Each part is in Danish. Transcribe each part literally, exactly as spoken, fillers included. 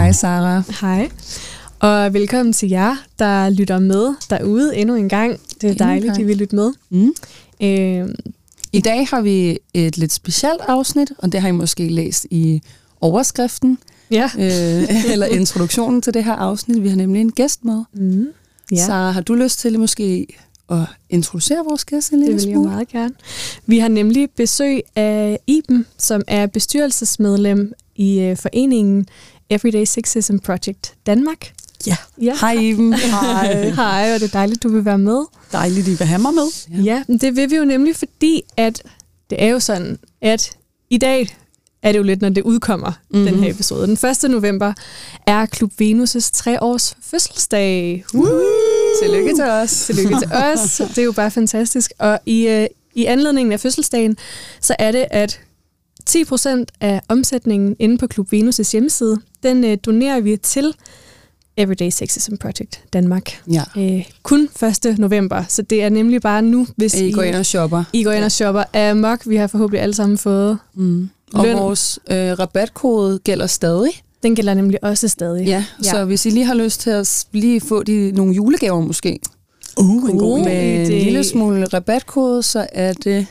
Hej Sara. Hej, og velkommen til jer, der lytter med derude endnu en gang. Det er dejligt, at I vil lytte med. Mm. Øh, I dag har vi et lidt specielt afsnit, og det har I måske læst i overskriften, ja. øh, eller introduktionen til det her afsnit. Vi har nemlig en gæst med. Mm. Ja. Sara, har du lyst til måske at introducere vores gæst en lille smule? Det vil jeg meget gerne. Vi har nemlig besøg af Iben, som er bestyrelsesmedlem i øh, foreningen Everyday Sexism Project Danmark. Ja. ja. Hej Iben. Hej. Hej, og det er dejligt, du vil være med. Dejligt, I vil have mig med. Ja. ja, det vil vi jo nemlig, fordi at det er jo sådan, at i dag er det jo lidt, når det udkommer, mm-hmm. den her episode. Den første november er Klub Venus' tre års fødselsdag. Uh! Tillykke til os. Tillykke til os. Det er jo bare fantastisk. Og i, øh, i anledningen af fødselsdagen, så er det, at ti procent af omsætningen inde på Klub Venus' hjemmeside, den øh, donerer vi til Everyday Sexism Project Danmark. Ja. Øh, kun første november, så det er nemlig bare nu, hvis I, I går ind og shopper. I går ind og shopper af mok. Vi har forhåbentlig alle sammen fået mm. Og løn. Vores øh, rabatkode gælder stadig. Den gælder nemlig også stadig. Ja, ja, så hvis I lige har lyst til at lige få de, nogle julegaver måske, uh, en god med en lille smule rabatkode, så er det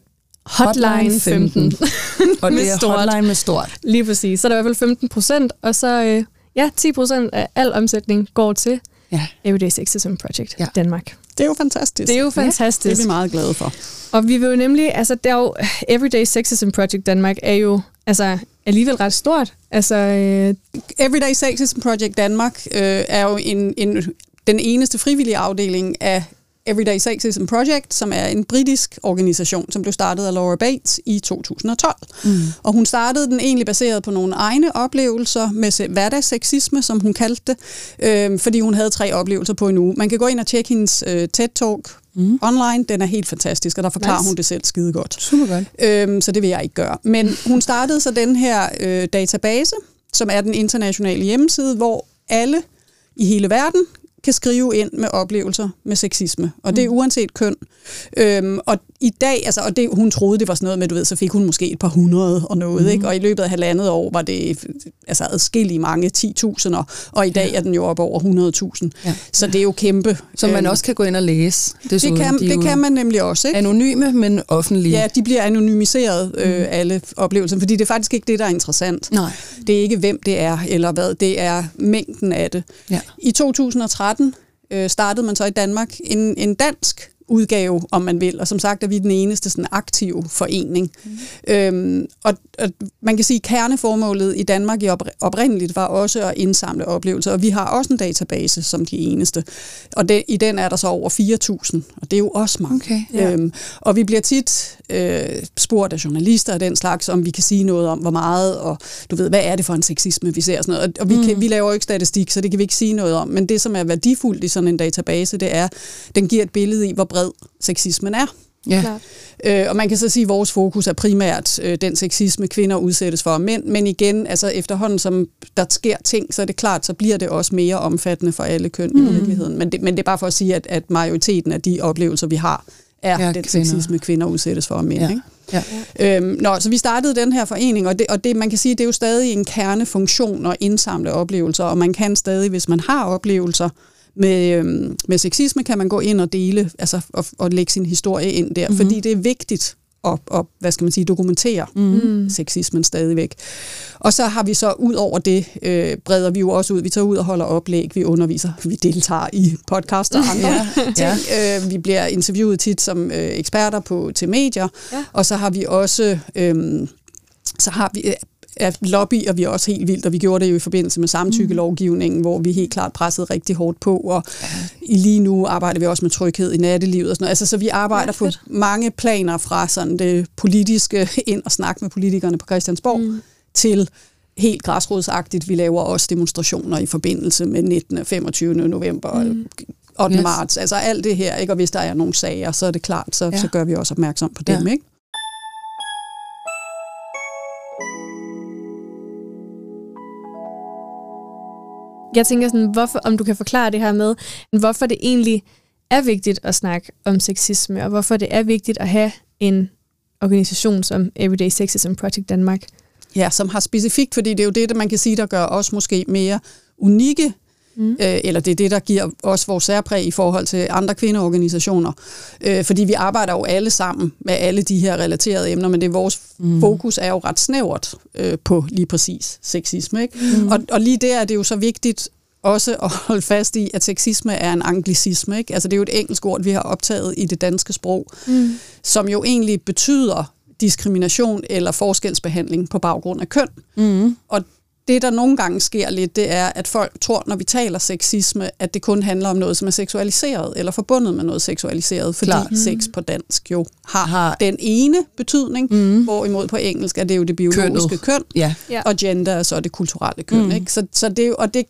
Hotline femten. Og det er stort. Hotline med stort. Lige præcis. Så er der i hvert fald femten procent, og så øh, ja, ti procent af al omsætning går til ja. Everyday Sexism Project ja. Danmark. Det er jo fantastisk. Det er jo fantastisk. Ja, det er vi meget glade for. Og vi vil jo nemlig, altså der er jo, Everyday Sexism Project Danmark er jo altså alligevel ret stort. Altså øh, Everyday Sexism Project Danmark øh, er jo en, en, den eneste frivillige afdeling af Everyday Sexism Project, som er en britisk organisation, som blev startet af Laura Bates i to tusind og tolv. Mm. Og hun startede den egentlig baseret på nogle egne oplevelser med hverdagsseksisme, som hun kaldte det, øh, fordi hun havde tre oplevelser på en uge. Man kan gå ind og tjekke hendes øh, TED-talk mm. online. Den er helt fantastisk, og der forklarer nice. Hun det selv skide godt. Super godt. Øh, så det vil jeg ikke gøre. Men hun startede så den her øh, database, som er den internationale hjemmeside, hvor alle i hele verden kan skrive ind med oplevelser med sexisme, og det er uanset køn. Øhm, og i dag, altså, og det, hun troede, det var sådan noget med, du ved, så fik hun måske et par hundrede og noget, mm. ikke? Og i løbet af halvandet år var det altså adskillige mange, ti tusinder, og i dag er den jo op over hundrede tusind. Ja. Så det er jo kæmpe. Som man også kan gå ind og læse. Det, det, kan, de det kan man nemlig også, ikke? Anonyme, men offentlige. Ja, de bliver anonymiseret, øh, mm. alle oplevelser, fordi det er faktisk ikke det, der er interessant. Nej. Det er ikke, hvem det er, eller hvad, det er mængden af det. Ja. I to tusind og tretten øh, startede man så i Danmark en, en dansk udgave, om man vil, og som sagt er vi den eneste sådan aktive forening. Mm. Øhm, og, og man kan sige, at kerneformålet i Danmark i oprindeligt var også at indsamle oplevelser, og vi har også en database som de eneste, og det, i den er der så over fire tusind, og det er jo også mange. Okay, ja. øhm, og vi bliver tit øh, spurgt af journalister og den slags, om vi kan sige noget om, hvor meget, og du ved, hvad er det for en sexisme, vi ser sådan noget, og, og vi, mm. kan, vi laver jo ikke statistik, så det kan vi ikke sige noget om, men det, som er værdifuldt i sådan en database, det er, den giver et billede i, hvor bred sexismen er. Ja. Øh, og man kan så sige, at vores fokus er primært øh, den sexisme, kvinder udsættes for mænd, men igen, altså efterhånden som der sker ting, så er det klart, så bliver det også mere omfattende for alle køn mm. i virkeligheden. Men det, men det er bare for at sige, at, at majoriteten af de oplevelser, vi har, er ja, den kvinder. Sexisme, kvinder udsættes for mænd. Ja. Ikke? Ja. Øhm, nå, så vi startede den her forening, og, det, og det, man kan sige, det er jo stadig en kernefunktion at indsamle oplevelser, og man kan stadig, hvis man har oplevelser, Med, øhm, med sexisme kan man gå ind og dele, altså og, og lægge sin historie ind der, mm-hmm. fordi det er vigtigt at, at, hvad skal man sige, dokumentere mm. sexismen stadigvæk. Og så har vi så ud over det, øh, breder vi jo også ud, vi tager ud og holder oplæg, vi underviser, vi deltager i podcaster og andre ja. ting. Ja. Øh, vi bliver interviewet tit som øh, eksperter på, til medier, ja. Og så har vi også, øh, så har vi... at lobbyer vi også helt vildt, og vi gjorde det jo i forbindelse med samtykkelovgivningen, hvor vi helt klart pressede rigtig hårdt på, og i lige nu arbejder vi også med tryghed i nattelivet og sådan noget. Altså, så vi arbejder ja, på mange planer fra sådan det politiske ind og snakke med politikerne på Christiansborg, mm. til helt græsrodsagtigt. Vi laver også demonstrationer i forbindelse med nittende og femogtyvende november og mm. ottende yes. marts. Altså alt det her, ikke? Og hvis der er nogle sager, så er det klart, så, ja. så gør vi også opmærksom på dem, ja. ikke? Jeg tænker sådan, hvorfor, om du kan forklare det her med, hvorfor det egentlig er vigtigt at snakke om sexisme, og hvorfor det er vigtigt at have en organisation som Everyday Sexism Project Danmark. ja, som har specifikt, fordi det er jo det, der man kan sige, der gør os måske mere unikke, Mm. Øh, eller det er det, der giver os vores særpræg i forhold til andre kvindeorganisationer. Øh, fordi vi arbejder jo alle sammen med alle de her relaterede emner, men det vores mm. fokus er jo ret snævert øh, på lige præcis sexisme. Ikke? Mm. Og, og lige der er det jo så vigtigt også at holde fast i, at sexisme er en anglicisme. Ikke? Altså det er jo et engelsk ord, vi har optaget i det danske sprog, mm. som jo egentlig betyder diskrimination eller forskelsbehandling på baggrund af køn. Mm. Og det, der nogle gange sker lidt, det er, at folk tror, når vi taler sexisme, at det kun handler om noget, som er seksualiseret, eller forbundet med noget seksualiseret, fordi Klar. sex på dansk jo har, har den ene betydning, mm. hvorimod på engelsk er det jo det biologiske Kønnet. køn, ja. og gender er så det kulturelle køn. Mm. Ikke? Så, så det er jo, og det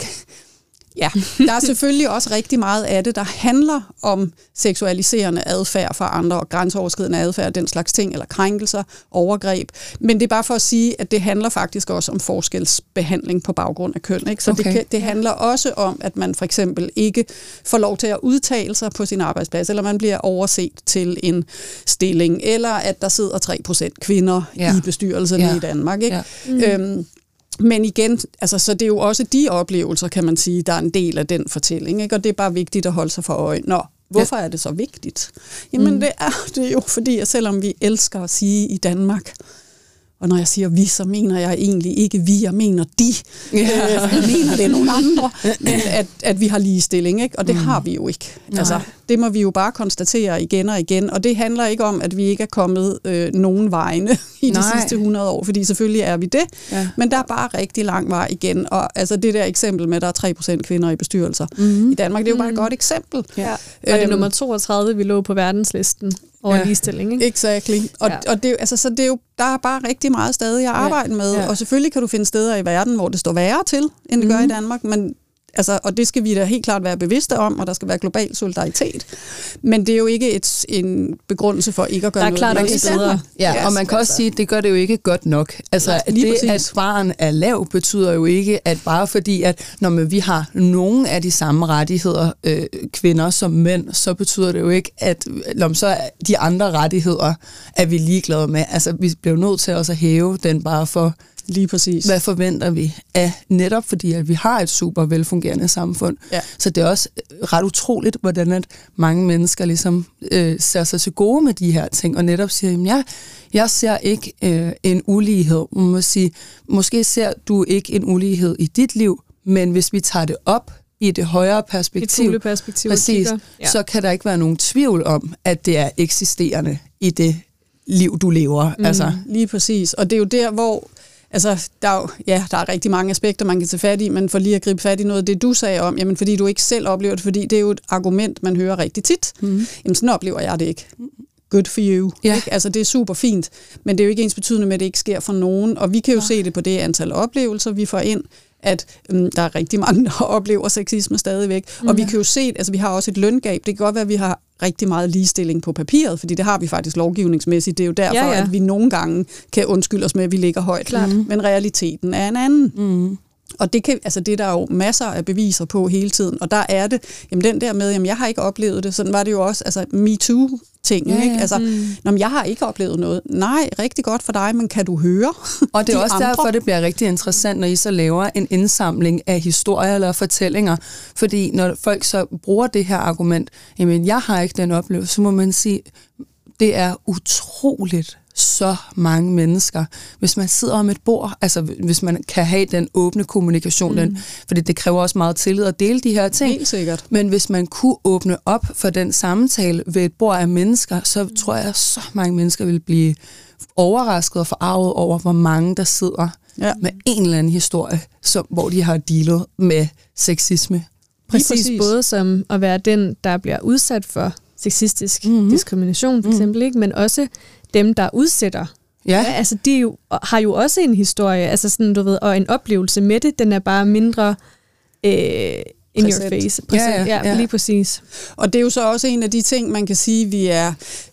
Ja, der er selvfølgelig også rigtig meget af det, der handler om seksualiserende adfærd for andre og grænseoverskridende adfærd, den slags ting, eller krænkelser, overgreb. Men det er bare for at sige, at det handler faktisk også om forskelsbehandling på baggrund af køn. Ikke? Så okay. det, det handler også om, at man for eksempel ikke får lov til at udtale sig på sin arbejdsplads, eller man bliver overset til en stilling, eller at der sidder tre procent kvinder ja. i bestyrelserne ja. i Danmark. Ikke? Ja. Mm. Øhm, Men igen, altså, så det er jo også de oplevelser, kan man sige, der er en del af den fortælling, ikke? Og det er bare vigtigt at holde sig for øje. Nå, hvorfor er det så vigtigt? Jamen mm. det er det jo, fordi at selvom vi elsker at sige i Danmark, og når jeg siger vi, så mener jeg egentlig ikke vi, jeg mener de. Ja. Øh, jeg mener det er nogle andre, men at, at vi har ligestilling, ikke? Og det mm. har vi jo ikke. Altså, det må vi jo bare konstatere igen og igen, og det handler ikke om, at vi ikke er kommet øh, nogen vegne i Nej. de sidste hundrede år, fordi selvfølgelig er vi det, ja. men der er bare rigtig lang vej igen, og altså det der eksempel med, at der er tre procent kvinder i bestyrelser mm. i Danmark, det er jo bare et godt eksempel. Ja. Og det er nummer toogtredive, vi lå på verdenslisten over ja. ligestilling, ikke? Exactly. Og, ja. og det, altså, så det er jo, der er bare rigtig meget stadig at arbejde ja. med, ja. og selvfølgelig kan du finde steder i verden, hvor det står værre til, end det mm. gør i Danmark, men altså, og det skal vi da helt klart være bevidste om, og der skal være global solidaritet. Men det er jo ikke et, en begrundelse for ikke at gøre noget. Der er klart også bedre. Ja, yes, og man kan også sige, at det gør det jo ikke godt nok. Altså, ja, det, præcis. At barn er lav, betyder jo ikke, at bare fordi, at når vi har nogle af de samme rettigheder, øh, kvinder som mænd, så betyder det jo ikke, at om så de andre rettigheder er vi ligeglade med. Altså, vi bliver nødt til også at hæve den bare for Lige præcis. Hvad forventer vi af netop fordi, at vi har et super velfungerende samfund. Ja. Så det er også ret utroligt, hvordan at mange mennesker ligesom øh, ser sig til gode med de her ting, og netop siger, at jeg, jeg ser ikke øh, en ulighed. Man må sige, måske ser du ikke en ulighed i dit liv, men hvis vi tager det op i det højere perspektiv, et perspektiv præcis, ja. så kan der ikke være nogen tvivl om, at det er eksisterende i det liv, du lever. Mm, altså. Lige præcis. Og det er jo der, hvor Altså, der er jo, ja, der er rigtig mange aspekter, man kan tage fat i, men for lige at gribe fat i noget af det, du sagde om, jamen fordi du ikke selv oplever det, fordi det er jo et argument, man hører rigtig tit. Mm. Jamen sådan oplever jeg det ikke. Good for you. Ja. Ikke? Altså det er super fint, men det er jo ikke ens betydende med, at det ikke sker for nogen, og vi kan jo ja. se det på det antal oplevelser, vi får ind, at um, der er rigtig mange, der oplever sexisme stadigvæk. Mm. Og vi kan jo se, altså vi har også et løngab. Det kan godt være, at vi har rigtig meget ligestilling på papiret, fordi det har vi faktisk lovgivningsmæssigt. Det er jo derfor, ja, ja. at vi nogle gange kan undskylde os med, at vi ligger højt. Mm. Men realiteten er en anden. Mm. Og det, kan, altså det der er jo masser af beviser på hele tiden. Og der er det, jamen den der med, jamen jeg har ikke oplevet det. Sådan var det jo også, altså MeToo-tingen. Ja, ja. Ikke? Altså, mm. når jeg har ikke oplevet noget. Nej, rigtig godt for dig, men kan du høre? Og det er de også andre? derfor, det bliver rigtig interessant, når I så laver en indsamling af historier eller fortællinger. Fordi når folk så bruger det her argument, jamen jeg har ikke den oplevelse, så må man sige, det er utroligt så mange mennesker. Hvis man sidder om et bord, altså hvis man kan have den åbne kommunikation, mm. den, fordi det kræver også meget tillid at dele de her ting. Helt sikkert. Men hvis man kunne åbne op for den samtale ved et bord af mennesker, så mm. tror jeg, at så mange mennesker vil blive overrasket og forarvet over, hvor mange der sidder ja. med en eller anden historie, som, hvor de har dealet med sexisme. Præcis, præcis, både som at være den, der bliver udsat for sexistisk mm-hmm. diskrimination, for eksempel, mm. ikke? Men også dem, der udsætter. Ja. Ja, altså, de jo, har jo også en historie, altså sådan, du ved, og en oplevelse med det, den er bare mindre øh, in Præsent. your face. Præsent. Ja, ja, ja, ja, lige præcis. Og det er jo så også en af de ting, man kan sige, vi er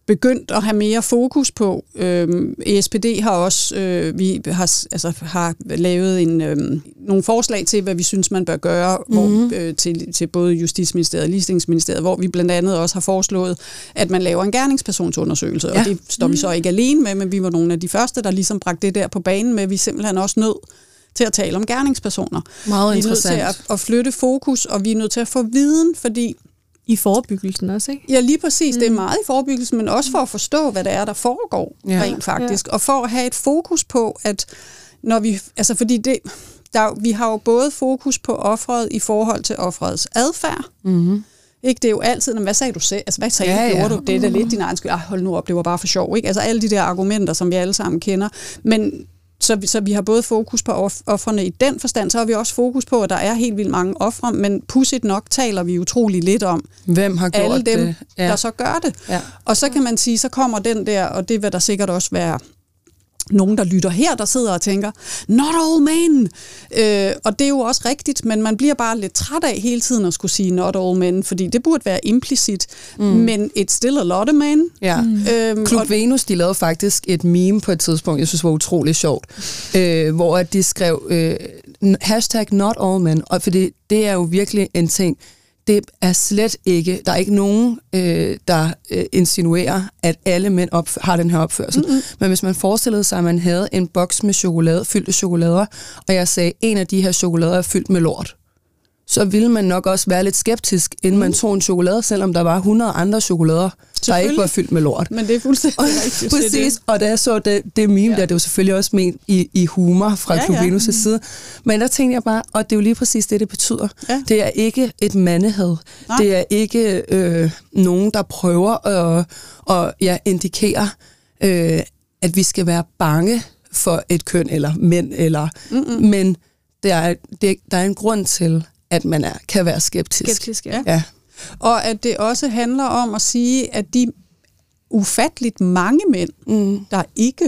begyndt at have mere fokus på. Øhm, E S P D har også øh, vi har, altså, har lavet en, øhm, nogle forslag til, hvad vi synes, man bør gøre mm-hmm. hvor, øh, til, til både Justitsministeriet og Ligestillingsministeriet, hvor vi blandt andet også har foreslået, at man laver en gerningspersonsundersøgelse. Ja. Og det står vi så ikke alene med, men vi var nogle af de første, der ligesom bragte det der på banen med, at vi simpelthen også nødt til at tale om gerningspersoner. Meget vi er nødt til at, at flytte fokus, og vi er nødt til at få viden, fordi i forebyggelsen også, ikke? Ja, lige præcis. Mm. Det er meget i forebyggelsen, men også for at forstå, hvad det er, der foregår ja. rent faktisk. Ja. Og for at have et fokus på, at når vi... Altså, fordi det, der, vi har jo både fokus på offeret i forhold til offerets adfærd. Mm-hmm. Ikke? Det er jo altid, hvad sagde du selv? Altså, hvad sagde ja, du? Gjorde ja. du? Det er da lidt din egen skyld. Ah, hold nu op, det var bare for sjov. Ikke? Altså, alle de der argumenter, som vi alle sammen kender. Men... Så vi, så vi har både fokus på ofrene i den forstand, så har vi også fokus på, at der er helt vildt mange ofre, men pudsigt nok taler vi utrolig lidt om. Hvem har gjort alle dem, det? Ja. der så gør det. Ja. Og så kan man sige, så kommer den der, og det vil der sikkert også være nogen, der lytter her, der sidder og tænker, not all men. Øh, og det er jo også rigtigt, men man bliver bare lidt træt af hele tiden at skulle sige not all men, fordi det burde være implicit, mm. men it's still a lot of men. Ja. Mm. Øhm, Klub og Venus, de lavede faktisk et meme på et tidspunkt, jeg synes var utrolig sjovt, øh, hvor de skrev øh, hashtag not all men, og fordi det er jo virkelig en ting, det er slet ikke, der er ikke nogen, øh, der øh, insinuerer, at alle mænd opf- har den her opførsel. Mm-hmm. Men hvis man forestillede sig, at man havde en boks med chokolade, fyldte chokolader, og jeg sagde, en af de her chokolader er fyldt med lort, så ville man nok også være lidt skeptisk, inden mm. man tog en chokolade, selvom der var hundrede andre chokolader, der ikke var fyldt med lort. Men det er fuldstændig rigtigt. Præcis, og da jeg så det, det meme ja. der, det var selvfølgelig også ment i, i humor fra ja, Klub ja. Venus' side, men der tænkte jeg bare, og det er jo lige præcis det, det betyder. Ja. Det er ikke et mandehad. Nej. Det er ikke øh, nogen, der prøver at, at ja, indikere, øh, at vi skal være bange for et køn, eller mænd, eller, Mm-mm. men der er, det, der er en grund til, at man er, kan være skeptisk. Skeptisk, ja. ja. Og at det også handler om at sige, at de ufatteligt mange mænd, mm. der ikke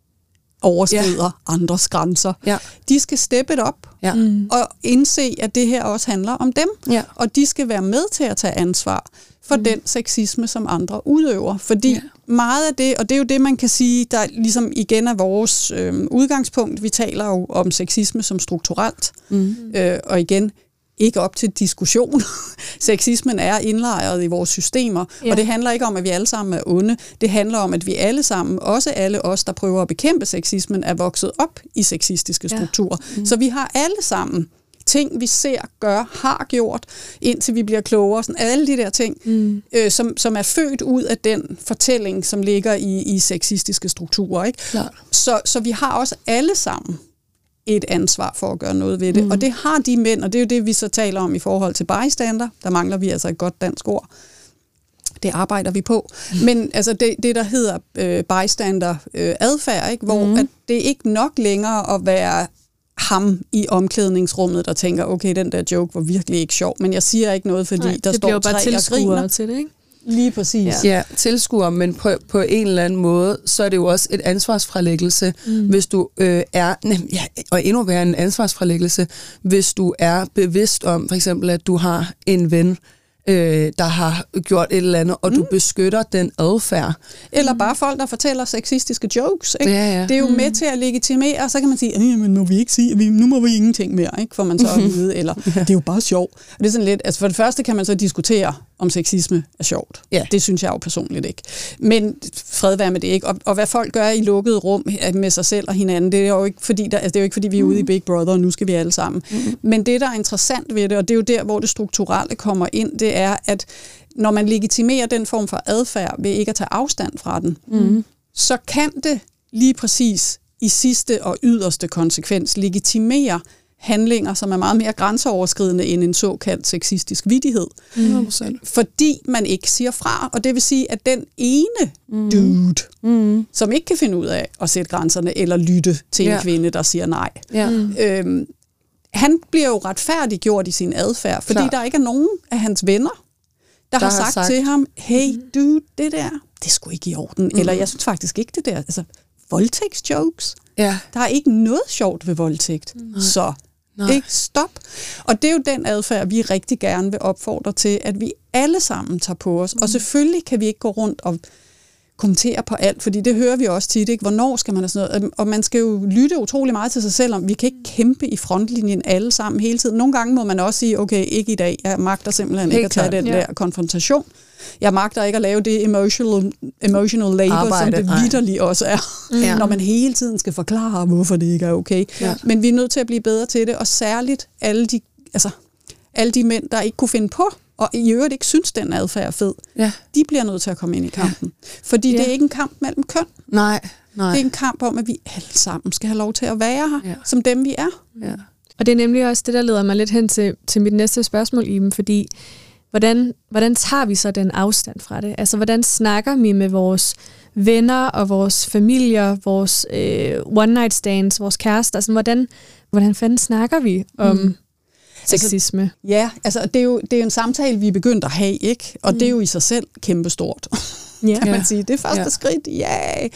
overskrider ja. andres grænser, ja. de skal steppe det op ja. og indse, at det her også handler om dem. Ja. Og de skal være med til at tage ansvar for mm. den sexisme, som andre udøver. Fordi ja. meget af det, og det er jo det, man kan sige, der ligesom igen er vores øh, udgangspunkt. Vi taler jo om sexisme som strukturelt. Mm. Øh, og igen, ikke op til diskussion. Sexismen er indlejret i vores systemer, ja. og det handler ikke om, at vi alle sammen er onde. Det handler om, at vi alle sammen, også alle os, der prøver at bekæmpe sexismen, er vokset op i sexistiske strukturer. Ja. Mm. Så vi har alle sammen ting, vi ser, gør, har gjort, indtil vi bliver klogere. Sådan alle de der ting, mm. øh, som, som er født ud af den fortælling, som ligger i, i sexistiske strukturer. Ikke? Så, så vi har også alle sammen et ansvar for at gøre noget ved det. Mm. Og det har de mænd, og det er jo det, vi så taler om i forhold til bystander. Der mangler vi altså et godt dansk ord. Det arbejder vi på. Mm. Men altså det, det der hedder øh, bystander øh, adfærd, ikke? Hvor mm. at det er ikke nok længere at være ham i omklædningsrummet, der tænker, okay, den der joke var virkelig ikke sjov, men jeg siger ikke noget, fordi Nej, der står tre og griner. Til det, ikke? Lige præcis. Ja, ja tilskuer, men på, på en eller anden måde, så er det jo også et ansvarsfralæggelse, mm. hvis du øh, er, ja, og endnu værre en ansvarsfralæggelse, hvis du er bevidst om, for eksempel, at du har en ven, øh, der har gjort et eller andet, og mm. du beskytter den adfærd. Eller bare folk, der fortæller sexistiske jokes. Ikke? Ja, ja. Det er jo mm. med til at legitimere, og så kan man sige, men må vi ikke sige, vi, nu må vi ingenting mere, ikke? For man så at vide, eller ja. det er jo bare sjov. Og det er sådan lidt, altså for det første kan man så diskutere, om sexisme er sjovt. Ja. Det synes jeg jo personligt ikke. Men fred være med det ikke. Og, og hvad folk gør i lukkede rum med sig selv og hinanden, det er jo ikke fordi, der, altså det er jo ikke, fordi vi er ude i Big Brother, og nu skal vi alle sammen. Mm. Men det, der er interessant ved det, og det er jo der, hvor det strukturelle kommer ind, det er, at når man legitimerer den form for adfærd ved ikke at tage afstand fra den, mm. så kan det lige præcis i sidste og yderste konsekvens legitimere handlinger, som er meget mere grænseoverskridende end en såkaldt sexistisk vittighed. Mm. Fordi man ikke siger fra. Og det vil sige, at den ene mm. dude, mm. som ikke kan finde ud af at sætte grænserne eller lytte til en ja. kvinde, der siger nej, ja. øhm, han bliver jo retfærdiggjort i sin adfærd, fordi Klar. der ikke er nogen af hans venner, der, der har, sagt har sagt til ham, hey dude, det der, det er sgu ikke i orden. Mm. Eller jeg synes faktisk ikke det der. Altså, voldtægtsjokes. Ja. Der er ikke noget sjovt ved voldtægt. Mm. Så Nej. ikke stop. Og det er jo den adfærd, vi rigtig gerne vil opfordre til, at vi alle sammen tager på os. Mm. Og selvfølgelig kan vi ikke gå rundt og kommentere på alt, fordi det hører vi også tit, ikke? Hvornår skal man have sådan noget? Og man skal jo lytte utrolig meget til sig selv, om vi kan ikke kæmpe i frontlinjen alle sammen hele tiden. Nogle gange må man også sige, okay, ikke i dag, jeg magter simpelthen ikke at tage den der konfrontation. Jeg magter ikke at lave det emotional, emotional labor, Arbejde, som det vitterligt også er, ja. Når man hele tiden skal forklare, hvorfor det ikke er okay. Ja. Men vi er nødt til at blive bedre til det, og særligt alle de, altså, alle de mænd, der ikke kunne finde på, og i øvrigt ikke synes, den adfærd er fed, ja. De bliver nødt til at komme ind i kampen. Ja. Fordi ja. Det er ikke en kamp mellem køn. Nej, nej. Det er en kamp om, at vi alle sammen skal have lov til at være her, ja. Som dem vi er. Ja. Og det er nemlig også det, der leder mig lidt hen til, til mit næste spørgsmål, Iben, fordi hvordan, hvordan tager vi så den afstand fra det? Altså, hvordan snakker vi med vores venner og vores familier, vores øh, one-night stands, vores kærester? Altså, hvordan, hvordan fanden snakker vi om mm. sexisme? Altså, ja, altså det er jo det er en samtale, vi er begyndt at have, ikke? Og mm. det er jo i sig selv kæmpestort. Ja. Kan man sige. Det er første ja. skridt, ja.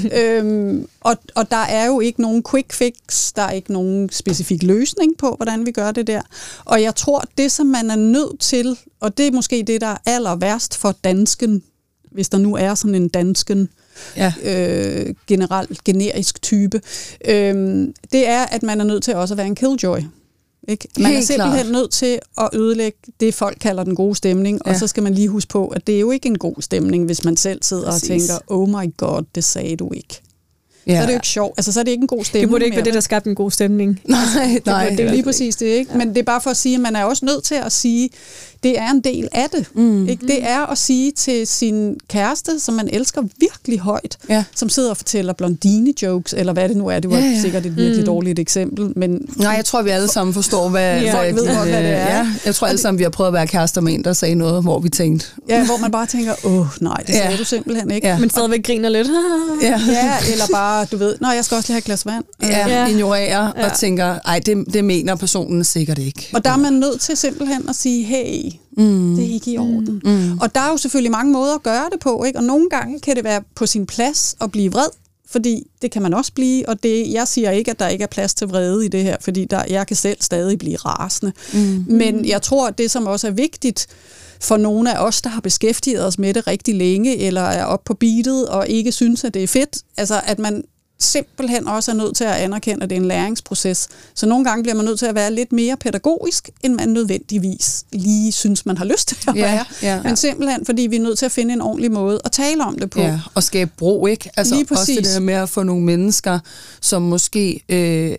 øhm, og, og der er jo ikke nogen quick fix, der er ikke nogen specifik løsning på, hvordan vi gør det der. Og jeg tror, det som man er nødt til, og det er måske det, der er aller værst for dansken, hvis der nu er sådan en dansken, ja. øh, generelt generisk type, øh, det er, at man er nødt til også at være en killjoy. Ikke? Man Helt er simpelthen klart. nødt til at ødelægge det, folk kalder den gode stemning, ja. Og så skal man lige huske på, at det er jo ikke en god stemning, hvis man selv sidder Præcis. og tænker, oh my god, det sagde du ikke. Ja. Så er det jo ikke sjovt. Altså, så er det ikke en god stemning. Det burde ikke være det, der skabte en god stemning. Nej, det, nej, det er jo lige præcis det, ikke? Ja. Men det er bare for at sige, at man er også nødt til at sige, det er en del af det. Mm. Ikke? Det er at sige til sin kæreste, som man elsker virkelig højt, ja. Som sidder og fortæller blondine-jokes, eller hvad det nu er. Det var ja, ja. sikkert et virkelig mm. dårligt eksempel. Men nej, jeg tror, vi alle sammen forstår, hvad, ja, hvad, ved, hvad det er. Ja, jeg tror alle sammen, vi har prøvet at være kærester med en, der sagde noget, hvor vi tænkte... Ja, hvor man bare tænker, åh nej, det sagde ja. du simpelthen ikke. Ja. Men stadigvæk griner lidt. ja. ja, eller bare, du ved, nå, jeg skal også lige have et glas vand. Ja, ja. ignorerer ja. og tænker, ej, det, det mener personen sikkert ikke. Og der er man nødt til simpelthen at sige, hey, mm. det er ikke i orden. Mm. Og der er jo selvfølgelig mange måder at gøre det på, ikke? Og nogle gange kan det være på sin plads at blive vred, fordi det kan man også blive, og det, jeg siger ikke, at der ikke er plads til vrede i det her, fordi der, jeg kan selv stadig blive rasende. Mm. Men jeg tror, at det, som også er vigtigt for nogle af os, der har beskæftiget os med det rigtig længe, eller er oppe på beatet og ikke synes, at det er fedt, altså at man simpelthen også er nødt til at anerkende, at det er en læringsproces. Så nogle gange bliver man nødt til at være lidt mere pædagogisk, end man nødvendigvis lige synes, man har lyst til at være. Ja, ja. Men simpelthen, fordi vi er nødt til at finde en ordentlig måde at tale om det på. Ja, og skabe bro, ikke? Altså lige også det der med at få nogle mennesker, som måske øh,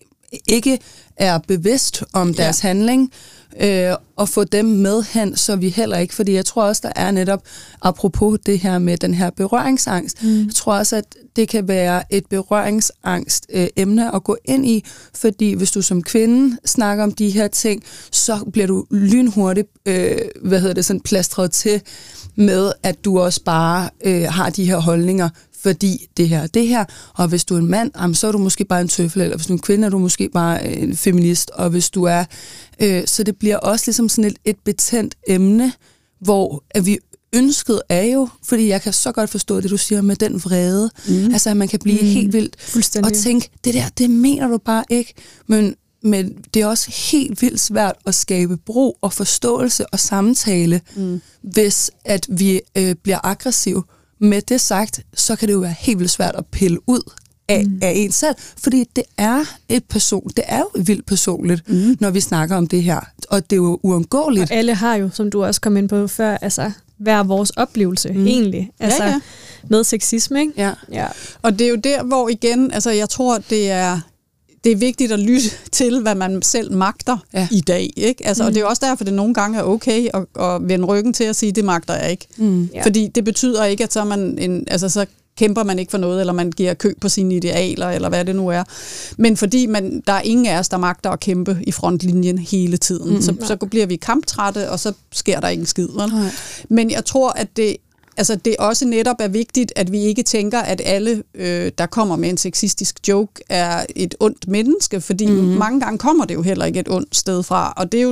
ikke er bevidst om deres ja. handling, øh, og få dem med hen, så vi heller ikke, fordi jeg tror også, der er netop, apropos det her med den her berøringsangst, mm. jeg tror også, at det kan være et berøringsangst øh, emne at gå ind i, fordi hvis du som kvinde snakker om de her ting, så bliver du lynhurtigt, øh, hvad hedder det, sådan plastret til med, at du også bare øh, har de her holdninger, fordi det her det her, og hvis du er en mand, jamen, så er du måske bare en tøffel, eller hvis du er en kvinde, er du måske bare en feminist, og hvis du er, øh, så det bliver også ligesom sådan et, et betændt emne, hvor at vi ønsket er jo, fordi jeg kan så godt forstå det, du siger med den vrede, mm. altså at man kan blive mm. helt vildt og tænke, det der, det mener du bare ikke, men men det er også helt vildt svært at skabe bro og forståelse og samtale, mm. hvis at vi øh, bliver aggressive. Med det sagt, så kan det jo være helt vildt svært at pille ud af, mm. af en selv, fordi det er et person, det er jo vildt personligt, mm. når vi snakker om det her, og det er jo uundgåeligt. Og alle har jo, som du også kom ind på før, altså hver vores oplevelse mm. egentlig, altså ja, ja. med sexisme, ikke? Ja. ja. Og det er jo der, hvor igen, altså jeg tror, det er det er vigtigt at lytte til, hvad man selv magter ja. i dag, ikke? Altså, mm. og det er også derfor, det nogle gange er okay at, at vende ryggen til at sige, det magter jeg ikke. Mm. Ja. Fordi det betyder ikke, at så, man en, altså, så kæmper man ikke for noget, eller man giver køb på sine idealer, eller hvad det nu er. Men fordi man, der er ingen af os, der magter at kæmpe i frontlinjen hele tiden, mm. så, så bliver vi kamptrætte, og så sker der ikke en skid. Men jeg tror, at det Altså, det også netop er vigtigt, at vi ikke tænker, at alle, øh, der kommer med en sexistisk joke, er et ondt menneske, fordi mm-hmm. mange gange kommer det jo heller ikke et ondt sted fra, og det er jo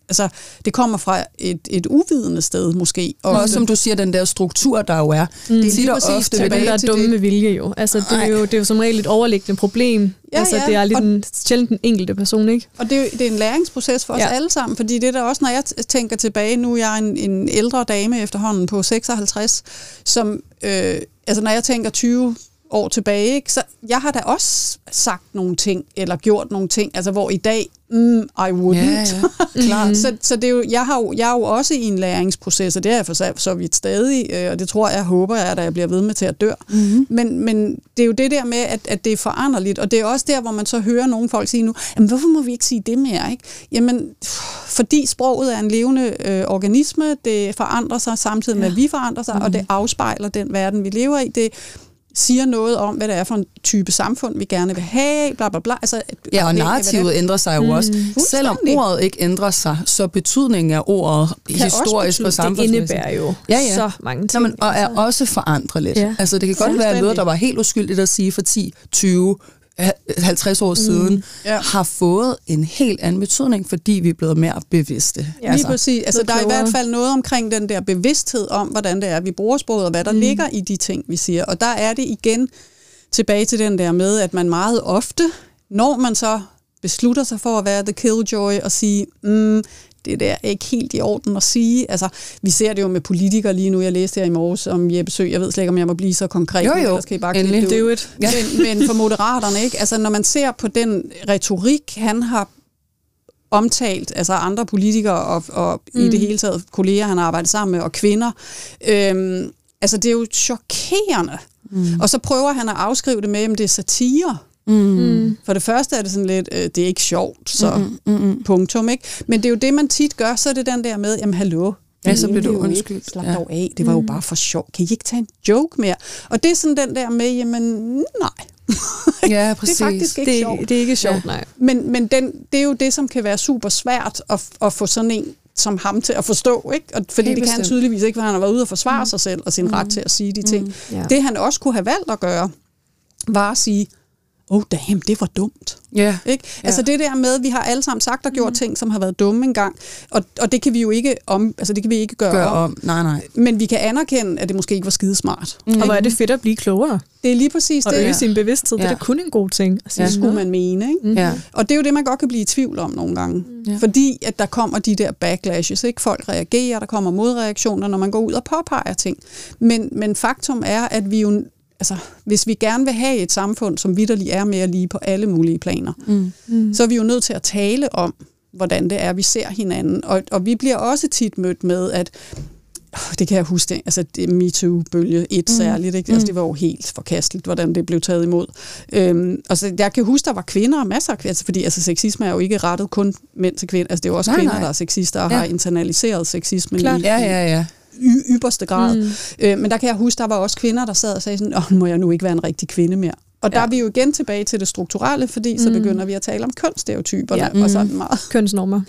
altså, det kommer fra et, et uvidende sted måske. Og også som du siger, den der struktur, der jo er. Mm. Det er lige præcis det, den der dumme det. vilje jo. Altså, det, er jo. det er jo som regel et overliggende problem. Ja, altså, ja. Det er lidt en, sjældent den enkelte person, ikke? Og det er, det er en læringsproces for os ja. alle sammen, fordi det er der også, når jeg tænker tilbage, nu er jeg en, en ældre dame efterhånden på seksoghalvtreds, som, øh, altså når jeg tænker tyve år tilbage, ikke, så jeg har da også sagt nogle ting, eller gjort nogle ting, altså hvor i dag, mm, I wouldn't. Ja, ja. Klar. så så det er jo, jeg, har jo, jeg er jo også i en læringsproces, og det er jeg for så, så vidt stadig, øh, og det tror jeg, håber jeg, at jeg bliver ved med til at dø. Mm-hmm. Men, men det er jo det der med, at, at det er foranderligt, og det er også der, hvor man så hører nogle folk sige nu, jamen hvorfor må vi ikke sige det mere? Ikke? Jamen, fordi sproget er en levende øh, organisme, det forandrer sig samtidig med, at vi forandrer sig, mm-hmm. og det afspejler den verden, vi lever i. Det siger noget om, hvad det er for en type samfund, vi gerne vil have, bla bla bla. Altså, ja, og narrativet ændrer sig jo mm. også. Selvom ordet ikke ændrer sig, så betydningen af ordet kan historisk og samfundsmæssigt. Det indebærer jo ja, ja. så mange ting. Jamen, og er også forandreligt. Ja. Altså, det kan godt være noget, der var helt uskyldigt at sige for ti, tyve, halvtreds år siden, mm. ja. har fået en helt anden betydning, fordi vi er blevet mere bevidste. Ja, altså, lige præcis. Altså, der er i hvert fald noget omkring den der bevidsthed om, hvordan det er, vi bruger sproget, og hvad der mm. ligger i de ting, vi siger. Og der er det igen tilbage til den der med, at man meget ofte, når man så beslutter sig for at være the killjoy og sige, mm, det der er ikke helt i orden at sige. Altså, vi ser det jo med politikere lige nu. Jeg læste her i morges om Jeppe Sø. Jeg ved slet ikke, om jeg må blive så konkret. Jo, jo. Der skal I bare endelig. Det. Do it. Ja. Men, men for moderaterne, ikke? Altså, når man ser på den retorik, han har omtalt, altså andre politikere og, og mm. i det hele taget kolleger, han har arbejdet sammen med, og kvinder. Øhm, altså, det er jo chokerende. Mm. Og så prøver han at afskrive det med, at det er satire. Mm. For det første er det sådan lidt, øh, det er ikke sjovt, så mm, mm, mm. punktum, ikke? Men det er jo det, man tit gør, så er det den der med, jamen hallo, ja, så bliver du undskyldt. Slap dog af, det var jo bare for sjov. Kan I ikke tage en joke mere? Og det er sådan den der med, jamen nej. Ja, præcis. Det er faktisk ikke det, sjovt. Det er ikke sjovt, nej. Men, men den, det er jo det, som kan være super svært at, at få sådan en som ham til at forstå, ikke? Og fordi det kan han tydeligvis ikke, for han har været ude og forsvare mm. sig selv og sin mm. ret til at sige de ting. Mm. Ja. Det han også kunne have valgt at gøre, var at sige, oh damn, det var dumt. Yeah. Ikke? Ja. Altså det der med, at vi har alle sammen sagt og gjort mm. ting, som har været dumme engang, og, og det kan vi jo ikke om, altså det kan vi ikke gøre Gør om. om. Nej, nej. Men vi kan anerkende, at det måske ikke var skidesmart. Mm. Og hvor er det fedt at blive klogere. Det er lige præcis og det. Og øge sin bevidsthed, ja. Det er kun en god ting. Det ja. skulle man mene, ikke? Mm. Ja. Og det er jo det, man godt kan blive i tvivl om nogle gange. Mm. Fordi at der kommer de der backlashes, ikke? Folk reagerer, der kommer modreaktioner, når man går ud og påpeger ting. Men, men faktum er, at vi jo altså, hvis vi gerne vil have et samfund, som vitterligt er mere lige på alle mulige planer, mm. Mm. så er vi jo nødt til at tale om, hvordan det er, vi ser hinanden. Og, og vi bliver også tit mødt med, at det kan jeg huske, det, altså det MeToo-bølge et mm. særligt, ikke? Altså, det var jo helt forkasteligt, hvordan det blev taget imod. Øhm, og så jeg kan huske, der var kvinder og masser af kvinder, altså, fordi altså, sexisme er jo ikke rettet kun mænd til kvinder, altså det er jo også nej, kvinder, nej. der er sexister og ja. har internaliseret sexismen Klart. i, ja, ja, ja. y- ypperste grad. Mm. Øh, men der kan jeg huske, der var også kvinder, der sad og sagde sådan, åh, må jeg nu ikke være en rigtig kvinde mere. Og der ja. er vi jo igen tilbage til det strukturelle, fordi mm. så begynder vi at tale om kønsstereotyperne, ja. mm. og sådan meget kønsnormer.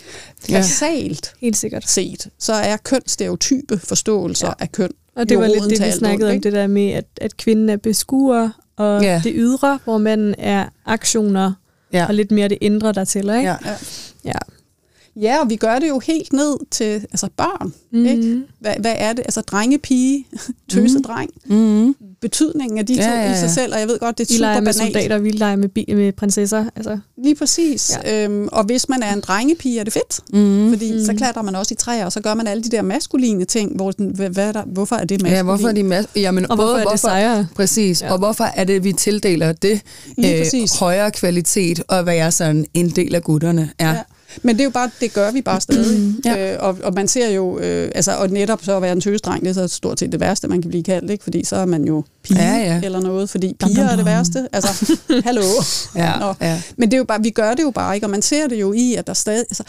Basalt ja. Helt sikkert. set, så er kønsstereotype forståelser ja. af køn. Og det var lidt det, vi snakkede om, det der med, at, at kvinden er beskuer, og ja. det ydre, hvor manden er aktioner, ja. og lidt mere det indre, der tæller, ikke? Ja. Ja. ja. Ja, og vi gør det jo helt ned til altså børn. Mm-hmm. Ikke? Hvad, hvad er det? Altså drengepige, tøsedreng. Mm-hmm. Betydningen af de ja, to ja, ja. i sig selv, og jeg ved godt, det er super banalt. Vi leger med soldater, vi leger med, bi- med prinsesser. Altså. Lige præcis. Ja. Øhm, og hvis man er en drengepige, er det fedt. Mm-hmm. Fordi mm-hmm. så klatrer man også i træer, og så gør man alle de der maskuline ting. Hvor den, hvad er der, hvorfor er det maskulin? Ja, hvorfor er de mas- Jamen, og både, hvorfor er det sejre? Præcis. Ja. Og hvorfor er det, vi tildeler det øh, højere kvalitet, og hvad er sådan en del af gutterne? Ja. ja. Men det er jo bare, det gør vi bare stadig. ja. øh, og, og man ser jo, øh, altså, og netop så at være en tøsedreng, det er så stort set det værste, man kan blive kaldt, ikke? Fordi så er man jo pige ja, ja. eller noget, fordi piger er det værste. Altså, hallo. ja, ja. Men det er jo bare, vi gør det jo bare ikke, og man ser det jo i, at der stadig, altså,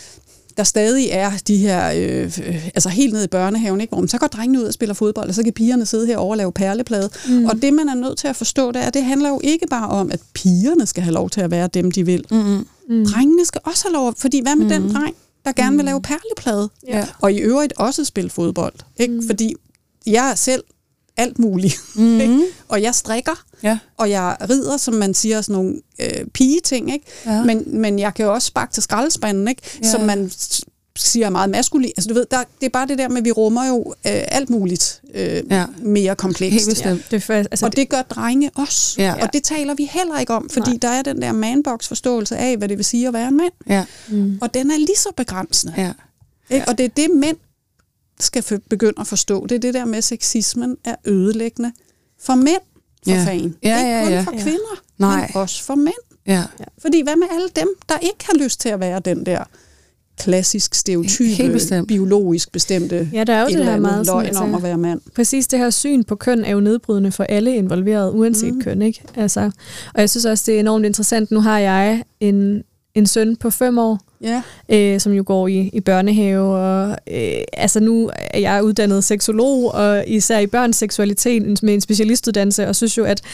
der stadig er de her, øh, øh, altså helt ned i børnehaven, ikke? Hvor man så går drengene ud og spiller fodbold, og så kan pigerne sidde her og lave perleplade. Mm. Og det, man er nødt til at forstå, det er, det handler jo ikke bare om, at pigerne skal have lov til at være dem, de vil. Mm. Mm. Drengene skal også have lov, fordi hvad med mm. den dreng, der gerne mm. vil lave perleplade? Ja. Og i øvrigt også spille fodbold. Ikke? Mm. Fordi jeg er selv alt muligt. Mm. Ikke? Og jeg strikker, ja. og jeg rider, som man siger, sådan nogle øh, pigeting. Ikke? Ja. Men, men jeg kan jo også sparke til skraldespanden, ikke? Ja. Som man siger er meget maskulin. Altså du ved, der, det er bare det der med, at vi rummer jo øh, alt muligt øh, ja. mere komplekst. Helt bestemt. Ja. Det er, altså, og det gør drenge også. Ja. Og det taler vi heller ikke om, fordi Nej. der er den der manbox-forståelse af, hvad det vil sige at være en mand. Ja. Mm. Og den er lige så begrænsende. Ja. Ja. Og det er det, mænd skal begynde at forstå. Det er det der med, at sexismen er ødelæggende for mænd, for ja. fan. Ja, ja, ja. Ikke kun for ja. kvinder, Nej. men også for mænd. Ja. Fordi hvad med alle dem, der ikke har lyst til at være den der klassisk, stereotype, biologisk bestemte ja, der er jo det her meget løgn altså, om at være mand. Præcis det her syn på køn er jo nedbrydende for alle involverede, uanset mm. køn, ikke? Altså, og jeg synes også, det er enormt interessant. Nu har jeg en, en søn på fem år, ja. øh, som jo går i, i børnehave, og øh, altså nu er jeg uddannet seksolog, og især i børns seksualitet med en specialistuddannelse, og synes jo, at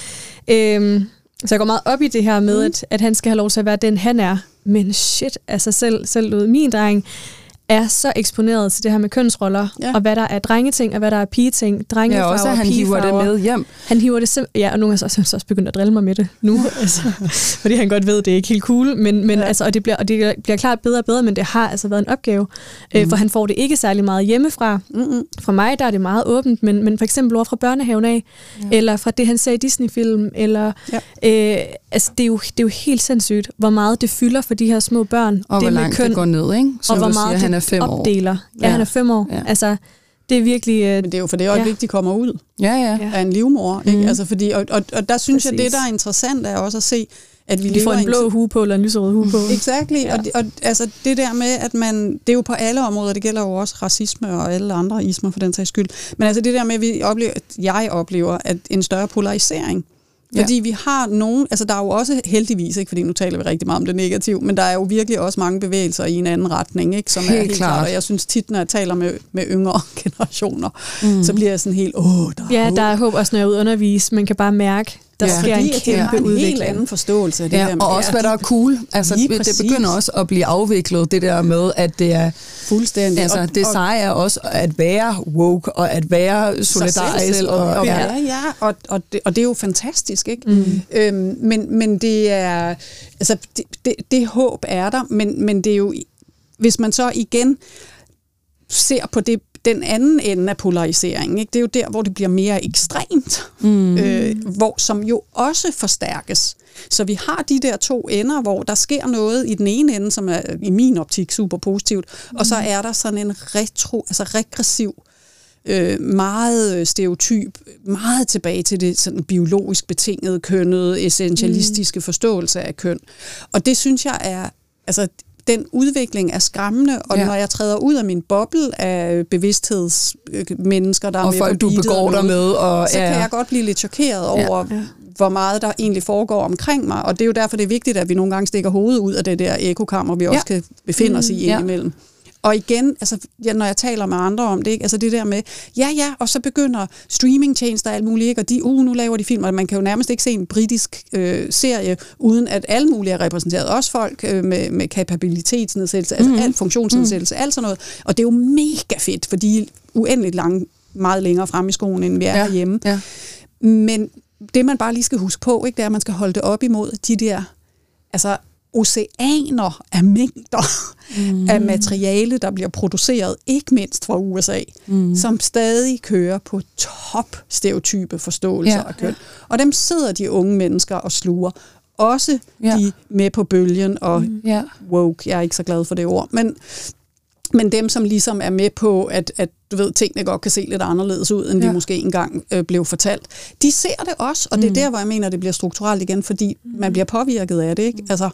øh, så jeg går meget op i det her med, mm. at, at han skal have lov til at være den, han er. Men shit, altså selv, selv min dreng er så eksponeret til det her med kønsroller, ja. og hvad der er drengeting, og hvad der er pigeting. Drengefarver, ja, også at han hiver det med hjem. Han hiver det simpelthen, ja, og nogle gange så også begyndt at drille mig med det nu, altså, fordi han godt ved, at det er ikke helt cool, men, men ja. altså, og, det bliver, og det bliver klart bedre og bedre, men det har altså været en opgave, mm. øh, for han får det ikke særlig meget hjemmefra. Mm-hmm. Fra mig, der er det meget åbent, men, men for eksempel over fra børnehaven af, ja. eller fra det, han ser i Disney-film, eller ja. øh, altså, det er, jo, det er jo helt sindssygt, hvor meget det fylder for de her små børn. Og det hvor langt køn, det går ned, ikke? Som og hvor meget siger, han er fem opdeler. År. Ja, ja, han er fem år. Ja. Altså, det er virkelig... Øh, Men det er jo for det øjeblik, ja. de kommer ud ja, ja. af en livmor. Ikke? Mm. Altså, fordi, og, og, og der synes Præcis. jeg, det der er interessant, er også at se, at vi de får en blå hue på, eller en lyserød hue på. Exactly. Ja. Og, og altså, det der med, at man... Det er jo på alle områder, det gælder jo også racisme og alle andre ismer for den sags skyld. Men altså det der med, at vi oplever, at jeg oplever, at en større polarisering. Fordi ja. vi har nogen, altså der er jo også heldigvis, ikke, fordi nu taler vi rigtig meget om det negative, men der er jo virkelig også mange bevægelser i en anden retning, ikke, som helt er helt klart. klart. Og jeg synes tit, når jeg taler med, med yngre generationer, mm. så bliver jeg sådan helt, åh, der er Ja, håb. der er håb også, når jeg er ude undervise. Man kan bare mærke, der ja. sker fordi, en kæmpe har en udvikling. helt anden forståelse af det ja, der. Med, og også, hvad der er cool. Altså, det begynder også at blive afviklet, det der med, at det er... Fuldstændig. Altså, det seje er også at være woke, og at være solidarisk. Og, og, og, ja, ja, og, og, det, og det er jo fantastisk, ikke? Mm. Øhm, men, men det er... Altså, det, det, det håb er der, men, men det er jo... Hvis man så igen ser på det, den anden ende af polariseringen, ikke? Det er jo der, hvor det bliver mere ekstremt, mm. øh, hvor, som jo også forstærkes. Så vi har de der to ender, hvor der sker noget i den ene ende, som er i min optik super positivt, mm. og så er der sådan en retro, altså regressiv, øh, meget stereotyp, meget tilbage til det sådan biologisk betingede, kønnede, essentialistiske mm. forståelse af køn. Og det synes jeg er... altså den udvikling er skræmmende, og ja. når jeg træder ud af min boble af bevidsthedsmennesker, der og er med folk, på du begår dig med, og, så ja. kan jeg godt blive lidt chokeret over, ja. Ja. hvor meget der egentlig foregår omkring mig. Og det er jo derfor, det er vigtigt, at vi nogle gange stikker hovedet ud af det der ekokammer, vi ja. også kan befinde os i mm, indimellem. Ja. Og igen, altså, ja, når jeg taler med andre om det, ikke? Altså det der med, ja ja, og så begynder streamingtjenester og alt muligt, ikke? Og de, uh, nu laver de film, og man kan jo nærmest ikke se en britisk øh, serie, uden at alle mulige er repræsenteret. Også folk øh, med, med kapabilitetsnedsættelse, altså mm-hmm. alt funktionsnedsættelse, mm-hmm. alt sådan noget. Og det er jo mega fedt, for de er uendeligt langt, meget længere frem i skoen, end vi er ja. herhjemme. Ja. Men det man bare lige skal huske på, ikke, det er, at man skal holde det op imod de der, altså oceaner af mængder mm. af materiale, der bliver produceret, ikke mindst fra U S A, mm. som stadig kører på top stereotype forståelser ja. af køn. Og dem sidder de unge mennesker og sluger. Også ja. de med på bølgen og mm. ja. woke, jeg er ikke så glad for det ord, men Men dem, som ligesom er med på, at, at du ved, tingene godt kan se lidt anderledes ud, end ja. de måske engang øh, blev fortalt, de ser det også, og det er mm. der, hvor jeg mener, det bliver strukturelt igen, fordi man bliver påvirket af det, ikke? Altså,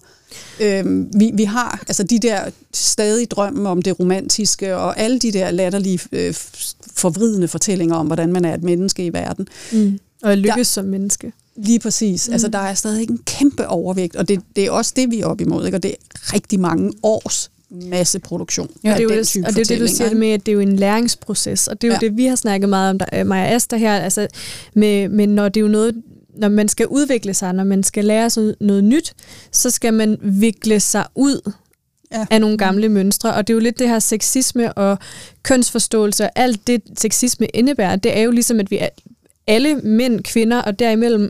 øh, vi, vi har altså de der stadig drømme om det romantiske, og alle de der latterlige, øh, forvridende fortællinger om, hvordan man er et menneske i verden. Mm. Og lykkes der, som menneske. Lige præcis. Mm. Altså, der er stadig en kæmpe overvægt, og det, det er også det, vi er op imod, ikke? Og det er rigtig mange års masse produktion. Ja, og det er jo det, og det, er det, du siger med, at det er jo en læringsproces, og det er jo ja. det, vi har snakket meget om, der, Maja Asta her, altså, med, med når det er jo noget, når man skal udvikle sig, når man skal lære sig noget nyt, så skal man vikle sig ud ja. af nogle gamle mønstre, og det er jo lidt det her sexisme og kønsforståelse, og alt det sexisme indebærer, det er jo ligesom, at vi alle mænd, kvinder, og derimellem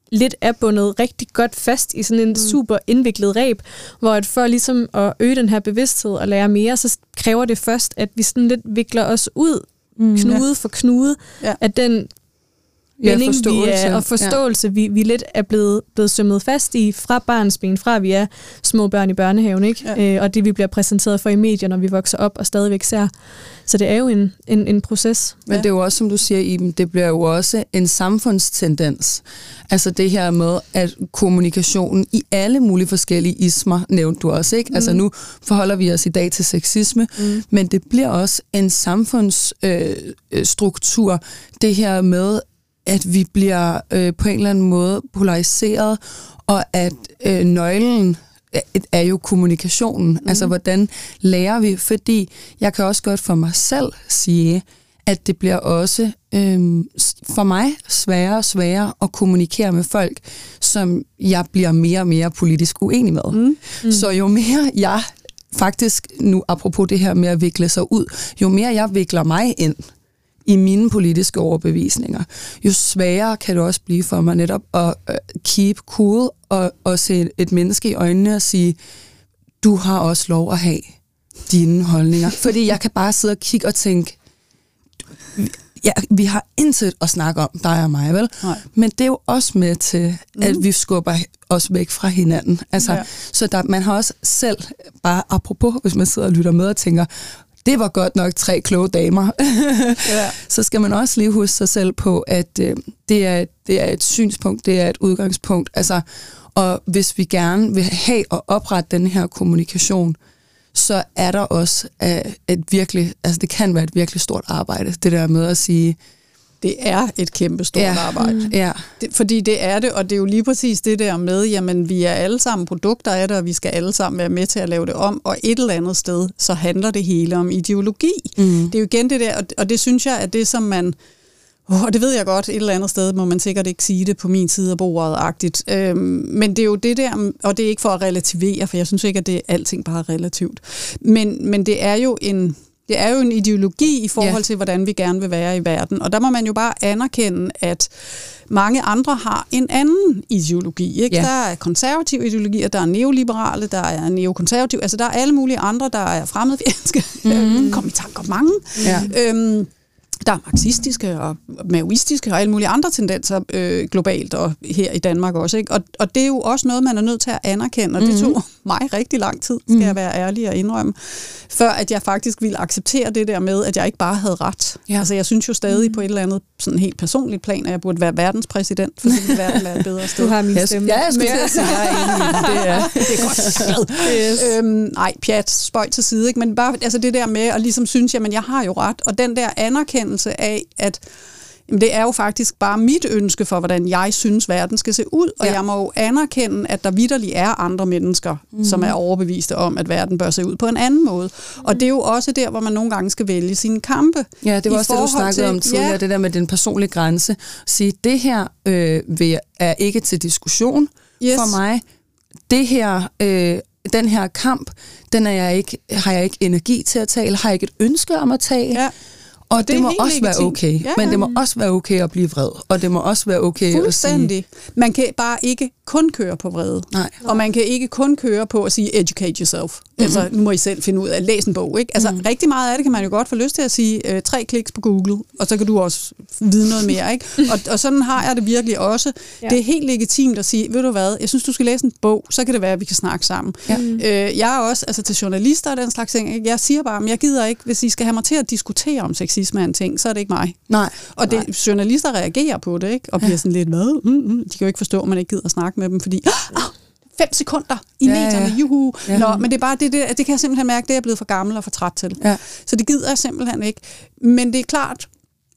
lidt er bundet rigtig godt fast i sådan en mm. super indviklet reb, hvor at for ligesom at øge den her bevidsthed og lære mere, så kræver det først, at vi sådan lidt vikler os ud, mm, knude ja. for knude, ja. at den ja, binding, forståelse. Vi er, og forståelse, ja. vi, vi lidt er blevet, blevet sømmet fast i fra barnsben, fra vi er små børn i børnehaven, ikke? Ja. Øh, og det vi bliver præsenteret for i medier, når vi vokser op og stadigvæk ser. Så det er jo en, en, en proces. Men ja. det er jo også, som du siger, Iben, det bliver jo også en samfundstendens. Altså det her med, at kommunikationen i alle mulige forskellige ismer, nævnte du også, ikke? Mm. Altså nu forholder vi os i dag til sexisme, mm. men det bliver også en samfundsstruktur, øh, det her med, at vi bliver øh, på en eller anden måde polariseret, og at øh, nøglen er jo kommunikationen. Mm. Altså, hvordan lærer vi? Fordi jeg kan også godt for mig selv sige, at det bliver også øh, for mig sværere og sværere at kommunikere med folk, som jeg bliver mere og mere politisk uenig med. Mm. Mm. Så jo mere jeg faktisk, nu apropos det her med at vikle sig ud, jo mere jeg vikler mig ind i mine politiske overbevisninger, jo sværere kan det også blive for mig netop at keep cool og, og se et menneske i øjnene og sige, du har også lov at have dine holdninger. Fordi jeg kan bare sidde og kigge og tænke, ja, vi har intet at snakke om, dig og mig, vel? Nej. Men det er jo også med til, at mm. vi skubber os væk fra hinanden. Altså, ja. Så der, man har også selv, bare apropos, hvis man sidder og lytter med og tænker, det var godt nok tre kloge damer. ja. Så skal man også lige huske sig selv på, at øh, det, er, det er et synspunkt, det er et udgangspunkt. Altså, og hvis vi gerne vil have og oprette den her kommunikation, så er der også øh, et virkelig, altså det kan være et virkelig stort arbejde, det der med at sige, det er et kæmpe stort ja. arbejde. Ja. Det, fordi det er det, og det er jo lige præcis det der med, jamen vi er alle sammen produkter af det, og vi skal alle sammen være med til at lave det om, og et eller andet sted, så handler det hele om ideologi. Mm. Det er jo igen det der, og, og det synes jeg, at det som man, oh, og det ved jeg godt, et eller andet sted må man sikkert ikke sige det på min side af bordet-agtigt, øhm, men det er jo det der, og det er ikke for at relativere, for jeg synes ikke, at det er alting bare relativt, men, men det er jo en... Det er jo en ideologi i forhold til, hvordan vi gerne vil være i verden. Og der må man jo bare anerkende, at mange andre har en anden ideologi. Ikke? Ja. Der er konservative ideologier, der er neoliberale, der er neokonservative. Altså der er alle mulige andre, der er fremmedfjendske. Mm. Kom i tanke om mange. Ja. Øhm, der er marxistiske og maoistiske og alle mulige andre tendenser øh, globalt og her i Danmark også. Ikke? Og, og det er jo også noget, man er nødt til at anerkende, og det mm-hmm. tog mig rigtig lang tid, skal mm. jeg være ærlig og indrømme, før at jeg faktisk ville acceptere det der med, at jeg ikke bare havde ret. Ja. Altså jeg synes jo stadig mm. på et eller andet sådan helt personligt plan, at jeg burde være verdenspræsident, for så ville verden være et bedre sted. Du har min stemme. Ja, jeg skulle til at sige, jeg er enig. Det er, det er godt. Yes. Øhm, nej, pjat, spøj til side. Ikke? Men bare altså det der med at ligesom synes, jamen jeg har jo ret, og den der anerkendelse af, at jamen, det er jo faktisk bare mit ønske for, hvordan jeg synes, verden skal se ud, og ja. jeg må jo anerkende, at der vitterligt er andre mennesker, mm. som er overbeviste om, at verden bør se ud på en anden måde. Mm. Og det er jo også der, hvor man nogle gange skal vælge sine kampe. Ja, det var også det, du snakkede til, om tidligere, ja. det der med den personlige grænse. Sige, det her øh, er ikke til diskussion yes. for mig. Det her... Øh, den her kamp, den er jeg ikke, har jeg ikke energi til at tage, eller har jeg ikke et ønske om at tage. Ja. Og det, det må også legitimt. være okay. Ja, men det må også være okay at blive vred. Og det må også være okay at sige... Man kan bare ikke kun køre på vrede. Nej. Og man kan ikke kun køre på at sige, educate yourself. Mm-hmm. Altså, nu må I selv finde ud af at læse en bog. Ikke? Altså, mm-hmm. rigtig meget af det kan man jo godt få lyst til at sige, øh, tre kliks på Google, og så kan du også vide noget mere. Ikke? Og, og sådan har jeg det virkelig også. Ja. Det er helt legitimt at sige, ved du hvad, jeg synes, du skal læse en bog, så kan det være, at vi kan snakke sammen. Ja. Øh, jeg er også, altså til journalister og den slags ting, ikke? Jeg siger bare, men jeg gider ikke, hvis I skal have mig til at diskutere om sexisme en ting, så er det ikke mig. Nej. Og det, Nej. journalister reagerer på det, ikke? Og bliver ja. sådan lidt, hvad? Mm, mm. De kan jo ikke forstå, at man ikke gider at snakke med dem, fordi ah, fem sekunder i ja, medierne, ja. juhu. Ja. Nå, men det er bare det, det, det kan jeg simpelthen mærke, det er jeg blevet for gammel og for træt til. Ja. Så det gider jeg simpelthen ikke. Men det er klart,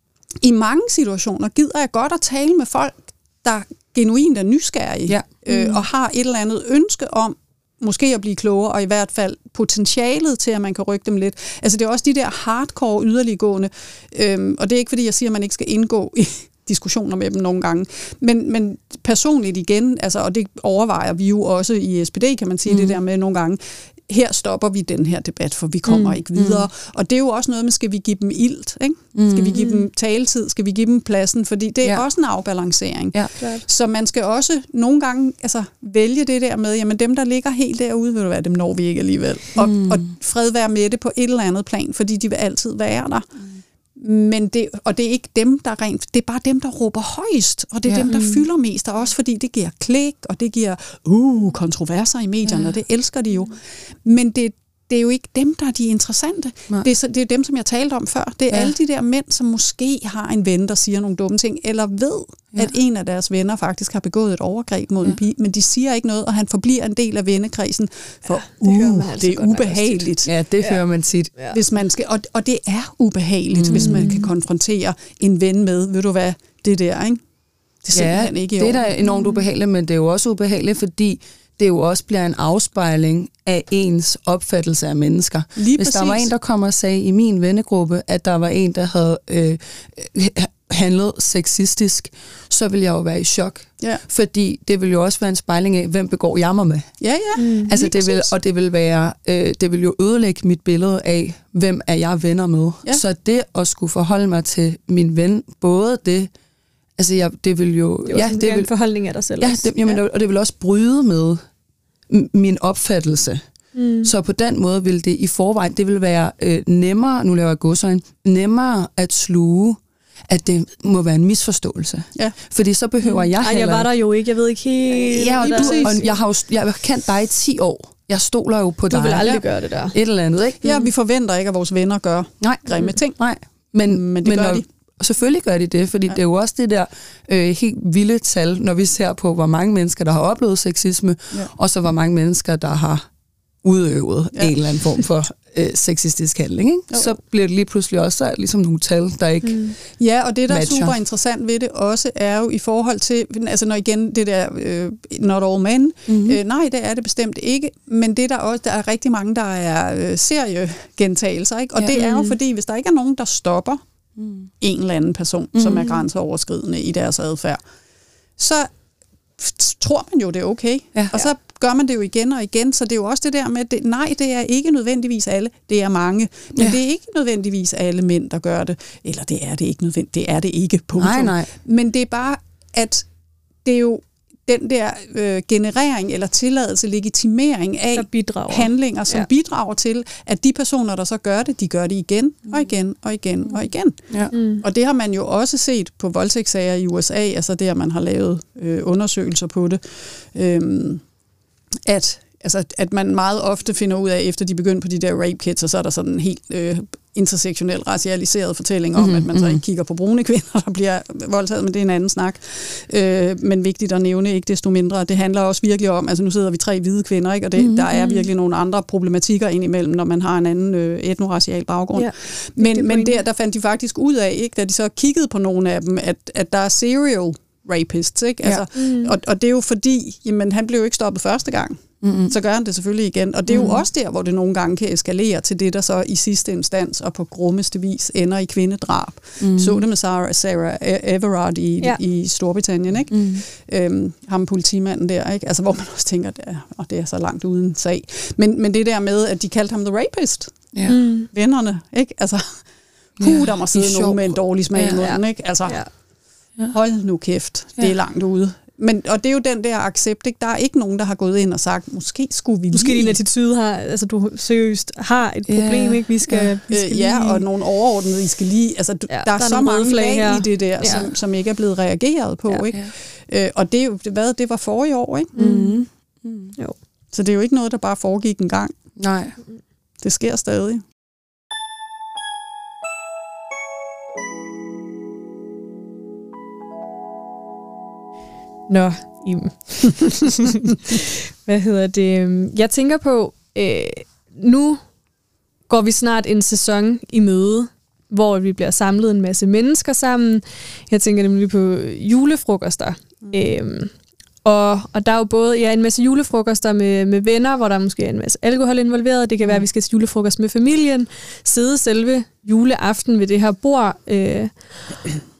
i mange situationer gider jeg godt at tale med folk, der genuint er nysgerrige, ja. øh, mm. og har et eller andet ønske om, måske at blive klogere, og i hvert fald potentialet til, at man kan rykke dem lidt. Altså det er også de der hardcore yderliggående, øhm, og det er ikke fordi, jeg siger, at man ikke skal indgå i diskussioner med dem nogle gange, men, men personligt igen, altså, og det overvejer vi jo også i S P D, kan man sige, mm. det der med nogle gange, her stopper vi den her debat, for vi kommer mm. ikke videre. Mm. Og det er jo også noget med, skal vi give dem ilt? Ikke? Mm. Skal vi give dem taletid? Skal vi give dem pladsen? Fordi det er ja. også en afbalancering. Ja. Så man skal også nogle gange altså, vælge det der med, jamen dem, der ligger helt derude, vil du være, dem når vi ikke alligevel. Og, mm. og fred være med det på et eller andet plan, fordi de vil altid være der. Mm. Men det, og det er ikke dem, der rent, det er bare dem, der råber højst, og det er ja. dem, der fylder mest, og også fordi det giver klik, og det giver uh, kontroverser i medierne, ja. og det elsker de jo. Men det, det er jo ikke dem, der er de interessante. Det er, så, det er dem, som jeg talte om før. Det er ja. alle de der mænd, som måske har en ven, der siger nogle dumme ting, eller ved, ja. at en af deres venner faktisk har begået et overgreb mod ja. en pige, men de siger ikke noget, og han forbliver en del af vennekredsen, for ja, det, uh, altså det er ubehageligt. Ja, det hører man tit. Ja. Hvis man skal, og, og det er ubehageligt, mm. hvis man kan konfrontere en ven med, ved du hvad, det der, ikke? Det er ja, ikke det er da enormt ubehageligt, men det er jo også ubehageligt, fordi det jo også bliver en afspejling af ens opfattelse af mennesker. Lige Hvis præcis. der var en, der kom og sagde i min vennegruppe, at der var en, der havde øh, handlet sexistisk, så ville jeg jo være i chok. Ja. Fordi det vil jo også være en spejling af, hvem begår jeg mig med. Ja, ja. Mm, altså det vil, og det vil, være, øh, det vil jo ødelægge mit billede af, hvem er jeg venner med. Ja. Så det at skulle forholde mig til min ven, både det, altså jeg, det vil jo... Det er ja, det vil, en forholdning af dig selv. Ja, det, jamen, ja, og det vil også bryde med min opfattelse. Mm. Så på den måde vil det i forvejen, det vil være øh, nemmere, nu laver jeg godsøjne, nemmere at sluge, at det må være en misforståelse. Ja. Fordi så behøver jeg heller... Ej, jeg var der jo ikke, jeg ved ikke helt... Ja, og, du, og jeg har jo jeg har kendt dig i ti år. Jeg stoler jo på du dig. Du vil aldrig gøre det der. Et eller andet, ikke? Ja, vi forventer ikke, at vores venner gør Nej. grimme ting. Nej, men, men det men gør når, de. Og selvfølgelig gør de det, fordi ja. det er jo også det der øh, helt vilde tal, når vi ser på, hvor mange mennesker, der har oplevet sexisme, ja. og så hvor mange mennesker, der har udøvet ja. en eller anden form for øh, sexistisk handling. Ikke? Så bliver det lige pludselig også ligesom nogle tal, der ikke mm. Ja, og det, der matcher. er super interessant ved det også, er jo i forhold til, altså når igen det der, øh, not all men, mm-hmm. øh, nej, det er det bestemt ikke, men det der også, der er rigtig mange, der er øh, seriegentagelser, ikke? Og ja. det er jo fordi, hvis der ikke er nogen, der stopper mm. en eller anden person, mm. som er grænseoverskridende i deres adfærd, så tror man jo, det er okay. Ja. Og så gør man det jo igen og igen, så det er jo også det der med, det, nej, det er ikke nødvendigvis alle, det er mange, men ja. det er ikke nødvendigvis alle mænd, der gør det, eller det er det ikke nødvendigt, det er det ikke, punktum. Nej, nej. Men det er bare, at det er jo den der øh, generering eller tilladelse, legitimering af handlinger, som ja. bidrager til, at de personer, der så gør det, de gør det igen og igen og igen og igen. Ja. Mm. Og det har man jo også set på voldtægtssager i U S A, altså der man har lavet øh, undersøgelser på det, øhm, at, altså, at man meget ofte finder ud af, efter de begynder på de der rape kits, og så er der sådan en helt øh, intersektionel, racialiseret fortælling om, mm-hmm. at man så ikke kigger på brune kvinder, der bliver voldtaget, men det er en anden snak. Øh, men vigtigt at nævne, ikke desto mindre. Det handler også virkelig om, altså nu sidder vi tre hvide kvinder, ikke? Og det, mm-hmm. der er virkelig nogle andre problematikker indimellem, når man har en anden øh, etnoracial baggrund. Ja, men men der, der fandt de faktisk ud af, ikke, da de så kiggede på nogle af dem, at, at der er serial rapists, ikke? Altså, ja. mm. og, og det er jo fordi, jamen, han blev jo ikke stoppet første gang. Mm-hmm. Så gør han det selvfølgelig igen. Og det er jo mm-hmm. også der, hvor det nogle gange kan eskalere til det, der så i sidste instans og på grummeste vis ender i kvindedrab. Mm-hmm. Så det med Sarah, Sarah Everard i, ja. i Storbritannien, ikke? Mm-hmm. Øhm, ham politimanden der, ikke? Altså, hvor man også tænker, at oh, det er så langt uden sag. Men, men det der med, at de kaldte ham the rapist. Ja. Mm. Vennerne, ikke? Altså, puh, der må sidde nogen med en dårlig smag i munden, ikke? Altså, ja. hold nu kæft, det er ja. langt ude. Men, og det er jo den der accept, ikke? Der er ikke nogen, der har gået ind og sagt, måske skulle vi lige... Måske din attitude har, altså du seriøst har et problem, yeah. ikke? Vi skal, ja, vi skal øh, ja lige... og nogle overordnede, I skal lige... Altså, du, ja, der, der er, er så mange lag i det der, ja. som, som ikke er blevet reageret på, ja. ikke? Ja. Øh, og det er jo, hvad, det var forrige år, ikke? Mm. Mm. Jo. Så det er jo ikke noget, der bare foregik en gang. Nej. Det sker stadig. Nå, Iben. Hvad hedder det? Jeg tænker på, øh, nu går vi snart en sæson i møde, hvor vi bliver samlet en masse mennesker sammen. Jeg tænker nemlig på julefrokoster. Mm. Øhm, og, og der er jo både ja, en masse julefrokoster med, med venner, hvor der måske er en masse alkohol involveret. Det kan være, at vi skal til julefrokost med familien. Sidde selve juleaften ved det her bord. Øh,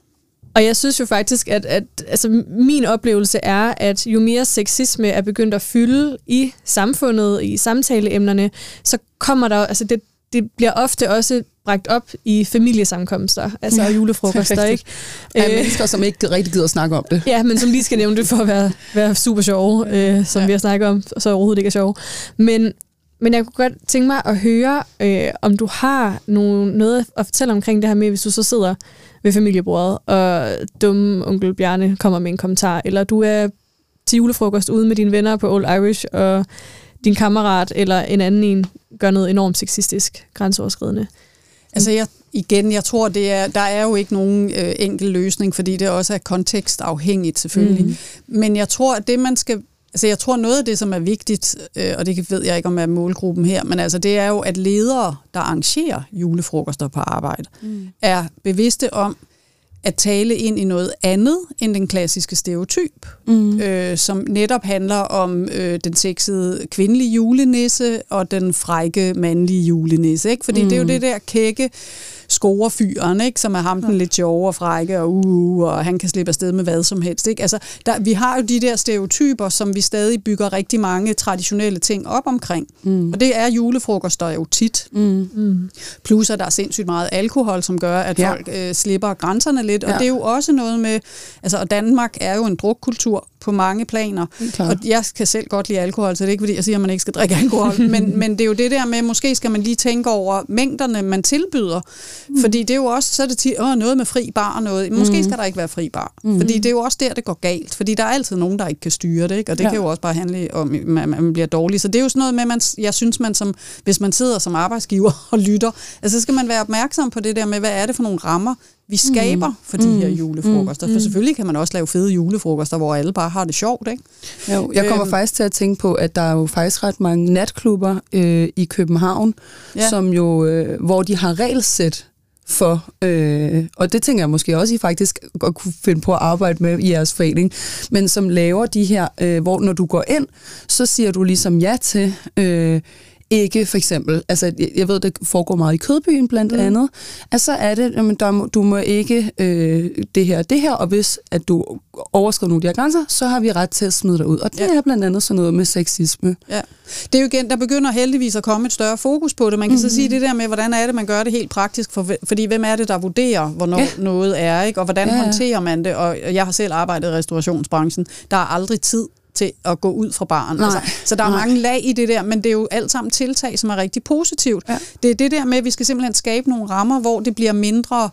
Og jeg synes jo faktisk, at, at altså, min oplevelse er, at jo mere sexisme er begyndt at fylde i samfundet, i samtaleemnerne, så kommer der, altså det, det bliver ofte også bragt op i familiesammenkomster, altså ja, julefrokoster, ikke? Ja, mennesker, som ikke rigtig gider at snakke om det. Ja, men som lige skal nævne det for at være, være super sjove, øh, som ja. vi har snakket om, så overhovedet ikke er sjove. Men, men jeg kunne godt tænke mig at høre, øh, om du har nogle, noget at fortælle omkring det her med, hvis du så sidder ved familiebordet, og dumme onkel Bjarne kommer med en kommentar, eller du er til julefrokost ude med dine venner på Old Irish, og din kammerat eller en anden en gør noget enormt sexistisk, grænseoverskridende. Altså jeg, igen, jeg tror, det er, der er jo ikke nogen øh, enkel løsning, fordi det også er kontekstafhængigt selvfølgelig. Mm. Men jeg tror, at det man skal, altså jeg tror noget af det, som er vigtigt, øh, og det ved jeg ikke om er målgruppen her, men altså det er jo, at ledere, der arrangerer julefrokoster på arbejde, mm. er bevidste om, at tale ind i noget andet end den klassiske stereotyp, mm. øh, som netop handler om øh, den sexede kvindelige julenisse og den frække mandlige julenisse. Ikke? Fordi mm. det er jo det der kække scorefyren, ikke? Som er ham den lidt sjove og frække, og, uh, og han kan slippe afsted med hvad som helst. Ikke? Altså, der, vi har jo de der stereotyper, som vi stadig bygger rigtig mange traditionelle ting op omkring. Mm. Og det er julefrokoster jo tit. Mm. Mm. Plus at der er sindssygt meget alkohol, som gør, at ja. folk øh, slipper grænserne lidt. Og ja. det er jo også noget med, altså, og Danmark er jo en drukkultur på mange planer. Og jeg kan selv godt lide alkohol, så det er ikke fordi, jeg siger, at man ikke skal drikke alkohol. men, men det er jo det der med, måske skal man lige tænke over mængderne, man tilbyder. Mm. Fordi det er jo også, så er det tit, åh, noget med fri bar og noget. Måske mm. skal der ikke være fri bar. Mm. Fordi det er jo også der, det går galt. Fordi der er altid nogen, der ikke kan styre det. Ikke? Og det ja. kan jo også bare handle om, at man, man bliver dårlig. Så det er jo sådan noget med, man, jeg synes, man som, hvis man sidder som arbejdsgiver og lytter, altså så skal man være opmærksom på det der med, hvad er det for nogle rammer, vi skaber mm. for de mm. her julefrokoster. Mm. For selvfølgelig kan man også lave fede julefrokoster, hvor alle bare har det sjovt, ikke? Jo, jeg kommer øhm. faktisk til at tænke på, at der er jo faktisk ret mange natklubber øh, i København, ja. som jo, øh, hvor de har regelsæt for, øh, og det tænker jeg måske også, I faktisk godt kunne finde på at arbejde med i jeres forening, men som laver de her, øh, hvor når du går ind, så siger du ligesom ja til øh, ikke for eksempel, altså jeg ved, det foregår meget i Kødbyen blandt mm. andet, at så er det, jamen, der må, du må ikke øh, det her det her, og hvis at du overskrider nogle af de her grænser, så har vi ret til at smide dig ud. Og det ja. er blandt andet sådan noget med sexisme. Ja. Det er jo igen, der begynder heldigvis at komme et større fokus på det. Man kan mm-hmm. så sige det der med, hvordan er det, man gør det helt praktisk, for, fordi hvem er det, der vurderer, hvornår ja. noget er, ikke? Og hvordan ja. håndterer man det, og jeg har selv arbejdet i restaurationsbranchen, der er aldrig tid til at gå ud fra baren. Altså, så der er Nej. mange lag i det der, men det er jo alt sammen tiltag, som er rigtig positivt. Ja. Det er det der med, at vi skal simpelthen skabe nogle rammer, hvor det bliver mindre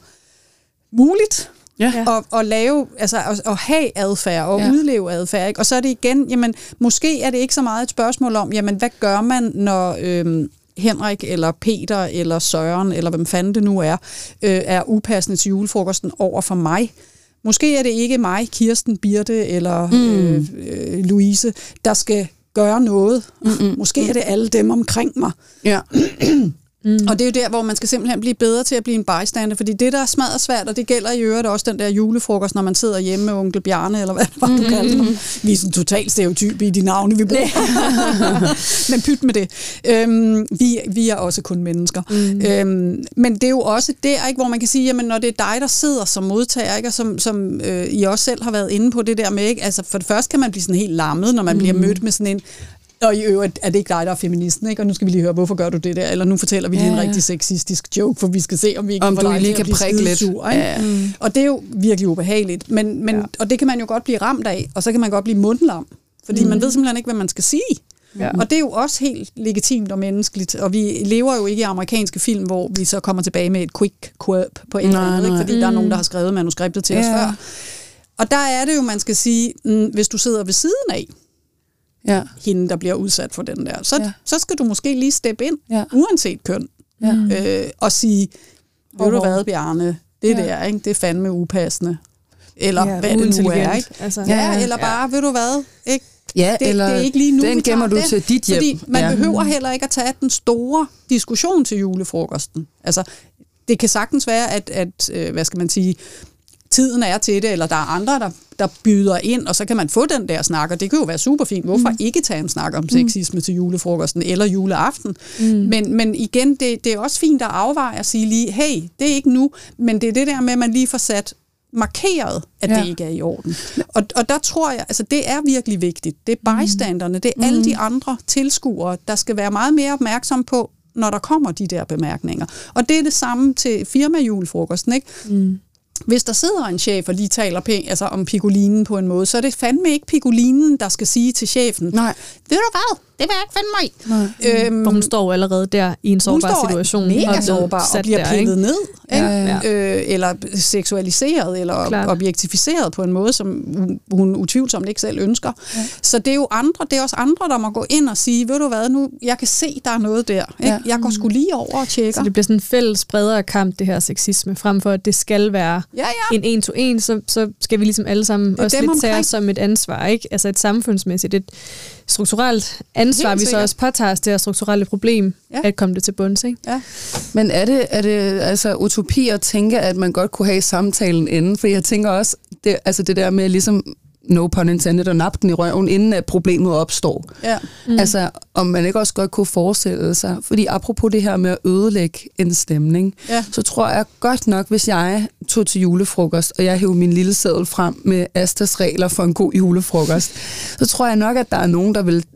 muligt ja. at, at lave, altså at, at have adfærd og ja. udleve adfærd. Ikke? Og så er det igen, jamen måske er det ikke så meget et spørgsmål om, jamen hvad gør man, når øhm, Henrik eller Peter eller Søren, eller hvem fanden det nu er, øh, er upassende til julefrokosten over for mig. Måske er det ikke mig, Kirsten, Birte eller mm. øh, øh, Louise, der skal gøre noget. Mm-mm. Måske er det alle dem omkring mig. Ja. Mm. Og det er jo der, hvor man skal simpelthen blive bedre til at blive en bystander, fordi det, der er smadret svært, og det gælder i øvrigt også den der julefrokost, når man sidder hjemme med onkel Bjarne, eller hvad det var, du mm-hmm. kalder det. Vi er sådan totalt stereotype i de navne, vi bruger. Men pyt med det. Øhm, vi, vi er også kun mennesker. Mm. Øhm, men det er jo også der, ikke, hvor man kan sige, jamen når det er dig, der sidder som modtager, ikke, og som, som øh, I også selv har været inde på det der med, ikke? Altså for det første kan man blive sådan helt lammet, når man mm. bliver mødt med sådan en, og i øvrigt er det ikke dig, der er feministen, ikke? Og nu skal vi lige høre, hvorfor gør du det der? Eller nu fortæller vi lige ja, ja. en rigtig sexistisk joke, for vi skal se, om vi ikke om kan få dig lige kan prikke lidt. Sur, ja. mm. Og det er jo virkelig ubehageligt. Men, men, ja. Og det kan man jo godt blive ramt af, og så kan man godt blive mundlam. Fordi mm. man ved simpelthen ikke, hvad man skal sige. Ja. Og det er jo også helt legitimt og menneskeligt. Og vi lever jo ikke i amerikanske film, hvor vi så kommer tilbage med et quick quirp på en eller anden, ikke? Fordi mm. der er nogen, der har skrevet manuskriptet til ja. os før. Og der er det jo, man skal sige, mm, hvis du sidder ved siden af, ja. hende, der bliver udsat for den der. Så, ja. så skal du måske lige steppe ind, ja. uanset køn, ja. øh, og sige, ved du hvad, Bjarne, det ja. der, ikke? Det er fandme upassende. Eller ja, hvad det nu er, ikke? Altså, ja, ja, eller bare, ja. ved du hvad, ikke? Ja, det, eller det er ikke lige nu, den gemmer du den, til dit hjem. Fordi man ja. behøver heller ikke at tage den store diskussion til julefrokosten. Altså, det kan sagtens være, at, at øh, hvad skal man sige, tiden er til det, eller der er andre, der, der byder ind, og så kan man få den der snak, og det kan jo være super fint. Hvorfor mm. ikke tage en snak om sexisme mm. til julefrokosten eller juleaften? Mm. Men, men igen, det, det er også fint at afveje og sige lige, hey, det er ikke nu, men det er det der med, at man lige får sat markeret, at ja. det ikke er i orden. Og, og der tror jeg, altså det er virkelig vigtigt. Det er bystanderne, det er alle de andre tilskuere, der skal være meget mere opmærksom på, når der kommer de der bemærkninger. Og det er det samme til firmajulefrokosten, ikke? Mm. Hvis der sidder en chef og lige taler pæ- altså om pigolinen på en måde, så er det fandme ikke pigolinen, der skal sige til chefen, nej, ved du hvad, det vil jeg ikke finde mig i. Øhm, For hun står allerede der i en sårbar situation. Hun står mega sårbar og bliver der, pillet ned. Ja, ja. Øh, eller seksualiseret, eller Klart. objektificeret på en måde, som hun, hun utvivlsomt ikke selv ønsker. Ja. Så det er jo andre, det er også andre, der må gå ind og sige, ved du hvad, nu, jeg kan se, der er noget der. Ikke? Ja. Jeg går sgu lige over og tjekker. Så det bliver sådan en fælles bredere kamp, det her sexisme, frem for at det skal være ja, ja. en en-to-en, så, så skal vi ligesom alle sammen også lidt tage os som et ansvar, ikke? Altså et samfundsmæssigt, et strukturelt ansvar, vi så også påtager os det her strukturelle problem, ja. At komme det til bunds, ikke? Ja. Men er det, er det altså utopi at tænke, at man godt kunne have samtalen inden? For jeg tænker også, det, altså det der med ligesom, no pun intended, og nappe den i røven, inden at problemet opstår. Ja. Mm. Altså, om man ikke også godt kunne forestille sig, fordi apropos det her med at ødelægge en stemning, ja. Så tror jeg godt nok, hvis jeg tog til julefrokost, og jeg hævde min lille seddel frem med Astas regler for en god julefrokost, så tror jeg nok, at der er nogen, der vil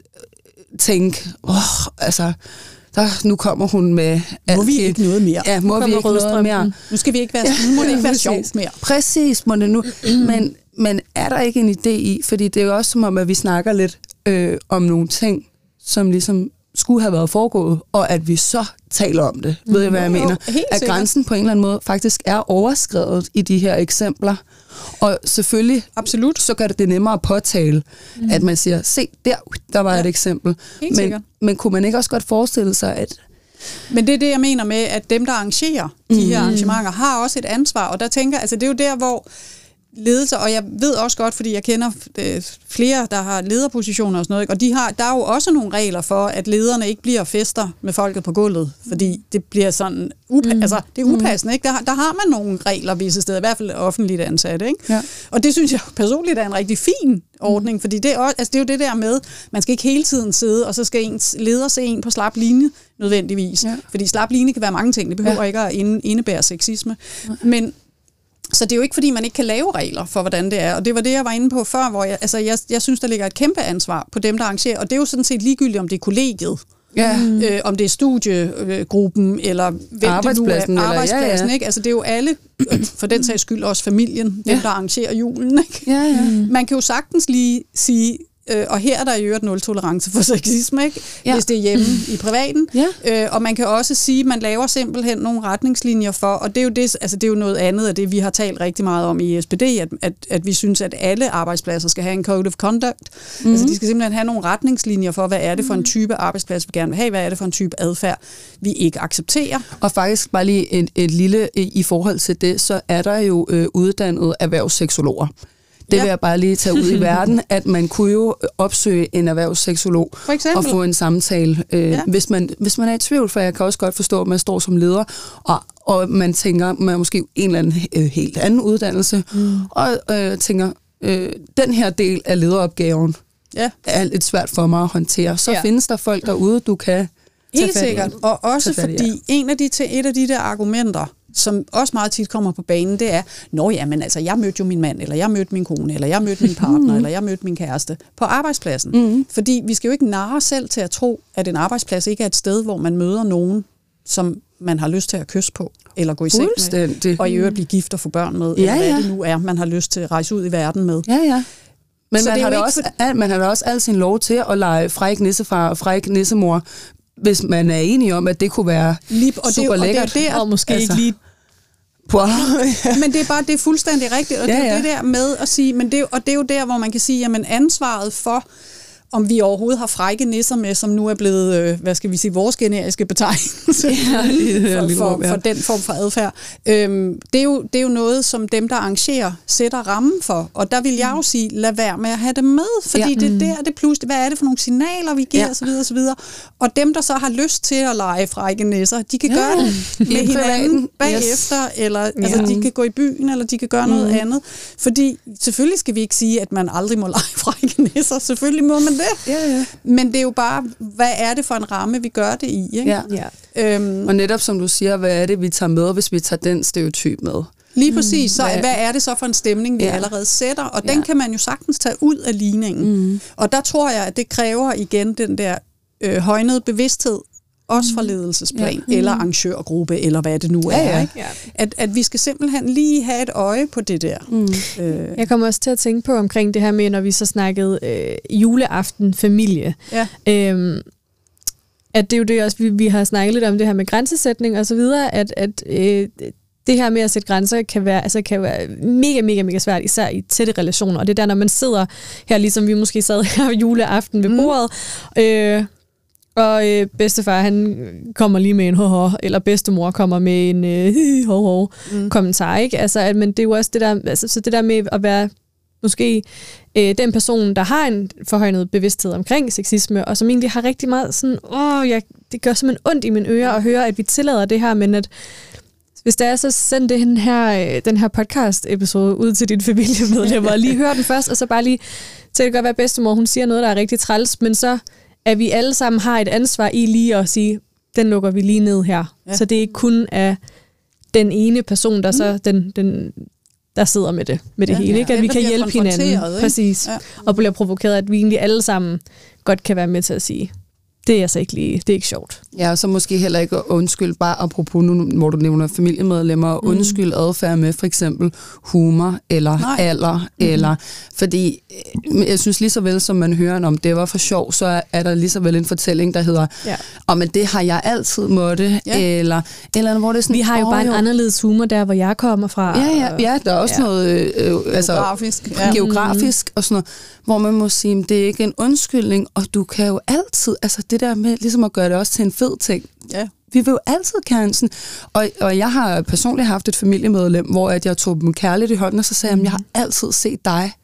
tænke, åh, oh, altså, der, nu kommer hun med... Må vi ikke noget mere? Ja, må vi ikke noget mere? Nu skal vi ikke være, ja, må det ikke være sjovt mere. Præcis, må det nu. Men, men er der ikke en idé i, fordi det er jo også som om, at vi snakker lidt øh, om nogle ting, som ligesom skulle have været foregået, og at vi så taler om det. Mm. Ved jeg, hvad jeg jo, mener? Jo, at grænsen på en eller anden måde faktisk er overskredet i de her eksempler. Og selvfølgelig, absolut, så gør det det nemmere at påtale, mm. at man siger, se, der, der var ja. et eksempel. Men, men kunne man ikke også godt forestille sig, at... Men det er det, jeg mener med, at dem, der arrangerer de mm. her arrangementer, har også et ansvar. Og der tænker altså det er jo der, hvor ledelser, og jeg ved også godt, fordi jeg kender øh, flere, der har lederpositioner og sådan noget, og de har, der er jo også nogle regler for, at lederne ikke bliver fester med folket på gulvet, fordi det bliver sådan, upa- mm. altså det er upassende, ikke? Der, der har man nogle regler visse steder, i hvert fald offentligt ansatte, ikke? Ja. Og det synes jeg personligt er en rigtig fin ordning, mm. fordi det er, også, altså det er jo det der med, man skal ikke hele tiden sidde, og så skal ens leder se en på slap line, nødvendigvis. Ja. Fordi slap line kan være mange ting, det behøver ja. ikke at indebære sexisme. Ja. Men så det er jo ikke, fordi man ikke kan lave regler for, hvordan det er. Og det var det, jeg var inde på før, hvor jeg, altså jeg, jeg synes, der ligger et kæmpe ansvar på dem, der arrangerer. Og det er jo sådan set ligegyldigt, om det er kollegiet, ja. øh, om det er studiegruppen, eller hvem arbejdspladsen, det nu er. Arbejdspladsen, eller, ja, ja. ikke? Altså det er jo alle, for den sags skyld også familien, dem, ja. der arrangerer julen. Ikke? Ja, ja. Man kan jo sagtens lige sige, Øh, og her er der i øvrigt nul tolerance for sexisme, ikke? Ja. Hvis det er hjemme i privaten. Ja. Øh, og man kan også sige, at man laver simpelthen nogle retningslinjer for, og det er jo, det, altså det er jo noget andet af det, vi har talt rigtig meget om i S P D, at, at, at vi synes, at alle arbejdspladser skal have en code of conduct. Mm. Altså de skal simpelthen have nogle retningslinjer for, hvad er det for en type arbejdsplads, vi gerne vil have, hvad er det for en type adfærd, vi ikke accepterer. Og faktisk bare lige et, et lille, i forhold til det, så er der jo øh, uddannede erhvervsseksologer. Det vil jeg bare lige tage ud i verden, at man kunne jo opsøge en erhvervsseksolog og få en samtale, øh, ja. hvis, man, hvis man er i tvivl, for jeg kan også godt forstå, at man står som leder, og, og man tænker, man måske en eller anden øh, helt anden uddannelse, mm. og øh, tænker, øh, den her del af lederopgaven ja. er lidt svært for mig at håndtere. Så ja. findes der folk derude, du kan Helt sikkert, og også fordi ja. en af de, et af de der argumenter, som også meget tit kommer på banen, det er, nå ja, men altså, jeg mødte jo min mand, eller jeg mødte min kone, eller jeg mødte min partner, mm. eller jeg mødte min kæreste på arbejdspladsen. Mm. Fordi vi skal jo ikke narre selv til at tro, at en arbejdsplads ikke er et sted, hvor man møder nogen, som man har lyst til at kysse på, eller gå i seng med, og i øvrigt blive gift og få børn med, ja, eller hvad ja. det nu er, man har lyst til at rejse ud i verden med. Ja, ja. Men man har, da også, for... man har da også al sin lov til at lege fræk nissefar og fræk nissemor, hvis man er enig om, at det kunne være Lip, og super det, lækkert. Og det er der, og måske altså. ikke lige... Wow. Men det er bare, det er fuldstændig rigtigt, og ja, det er ja. det der med at sige, men det, og det er jo der, hvor man kan sige, jamen ansvaret for, om vi overhovedet har frække nisser med, som nu er blevet, øh, hvad skal vi sige, vores generiske betegnelse ja, for, for, for den form for adfærd. Øhm, det, er jo, det er jo noget, som dem, der arrangerer, sætter rammen for. Og der vil jeg jo sige, lad være med at have det med, fordi ja. det der, det pludselig, hvad er det for nogle signaler, vi giver, ja. osv. osv. Og dem, der så har lyst til at lege frække nisser, de kan ja. gøre det med hinanden bagefter, yes. eller ja. altså, de kan gå i byen, eller de kan gøre mm. noget andet. Fordi selvfølgelig skal vi ikke sige, at man aldrig må lege frække nisser. Selvfølgelig må man det. Ja, ja. Men det er jo bare, hvad er det for en ramme, vi gør det i? Ikke? Ja. Ja. Øhm, og netop som du siger, hvad er det, vi tager med, hvis vi tager den stereotyp med? Lige præcis. Så Mm. hvad er det så for en stemning, vi Ja. allerede sætter? Og Ja. den kan man jo sagtens tage ud af ligningen. Mm. Og der tror jeg, at det kræver igen den der øh, højnede bevidsthed, også fra ledelsesplan, Ja. eller arrangørgruppe, eller hvad det nu er. Ja, ja. Ikke? Ja. At, at vi skal simpelthen lige have et øje på det der. Mm. Øh, Jeg kommer også til at tænke på omkring det her med, når vi så snakkede øh, juleaften familie. ja. Øhm, at det er jo det også, vi, vi har snakket lidt om det her med grænsesætning og så videre, at, at øh, det her med at sætte grænser kan være, altså kan være mega, mega, mega svært, især i tætte relationer. Og det er der, når man sidder her, ligesom vi måske sad her juleaften ved bordet, øh, og øh, bedstefar, han kommer lige med en ho-ho, eller bedstemor kommer med en øh, ho-ho mm. kommentar, ikke? Altså, at, men det er jo også det der, altså, så det der med at være måske øh, den person, der har en forhøjnet bevidsthed omkring sexisme, og som egentlig har rigtig meget sådan, åh, jeg, det gør simpelthen ondt i mine ører at høre, at vi tillader det her, men at hvis det er, så send den her, den her podcast-episode ud til dine familiemedlemmer, og lige hør den først, og så bare lige, så det kan godt være bedstemor, hun siger noget, der er rigtig træls, men så at vi alle sammen har et ansvar i lige at sige, den lukker vi lige ned her. Ja. Så det er ikke kun af den ene person, der mm. så den, den der sidder med det, med det ja, hele. Ikke? At ja, vi kan hjælpe hinanden. Ikke? Præcis. Ja. Og bliver provokeret, at vi egentlig alle sammen godt kan være med til at sige, det er altså ikke lige, det er ikke sjovt. Ja, og så måske heller ikke undskyld, bare apropos nu, hvor du nævner familiemedlemmer, mm. undskyld adfærd med for eksempel humor eller Nej. alder, mm. eller, fordi jeg synes lige så vel, som man hører om det var for sjov, så er der lige så vel en fortælling, der hedder, ja. oh, men det har jeg altid måtte, ja. eller, eller hvor det er sådan, vi har jo bare en anderledes humor der, hvor jeg kommer fra. Ja, ja, ja der er også ja. noget øh, altså, geografisk, ja. geografisk mm. og sådan noget, hvor man må sige, det er ikke en undskyldning, og du kan jo altid, altså det der med ligesom at gøre det også til en fed ting. Ja. Vi vil jo altid gerne sådan, og, og jeg har personligt haft et familiemedlem, hvor at jeg tog dem kærligt i hånden, og så sagde jeg, mm. jeg har altid set dig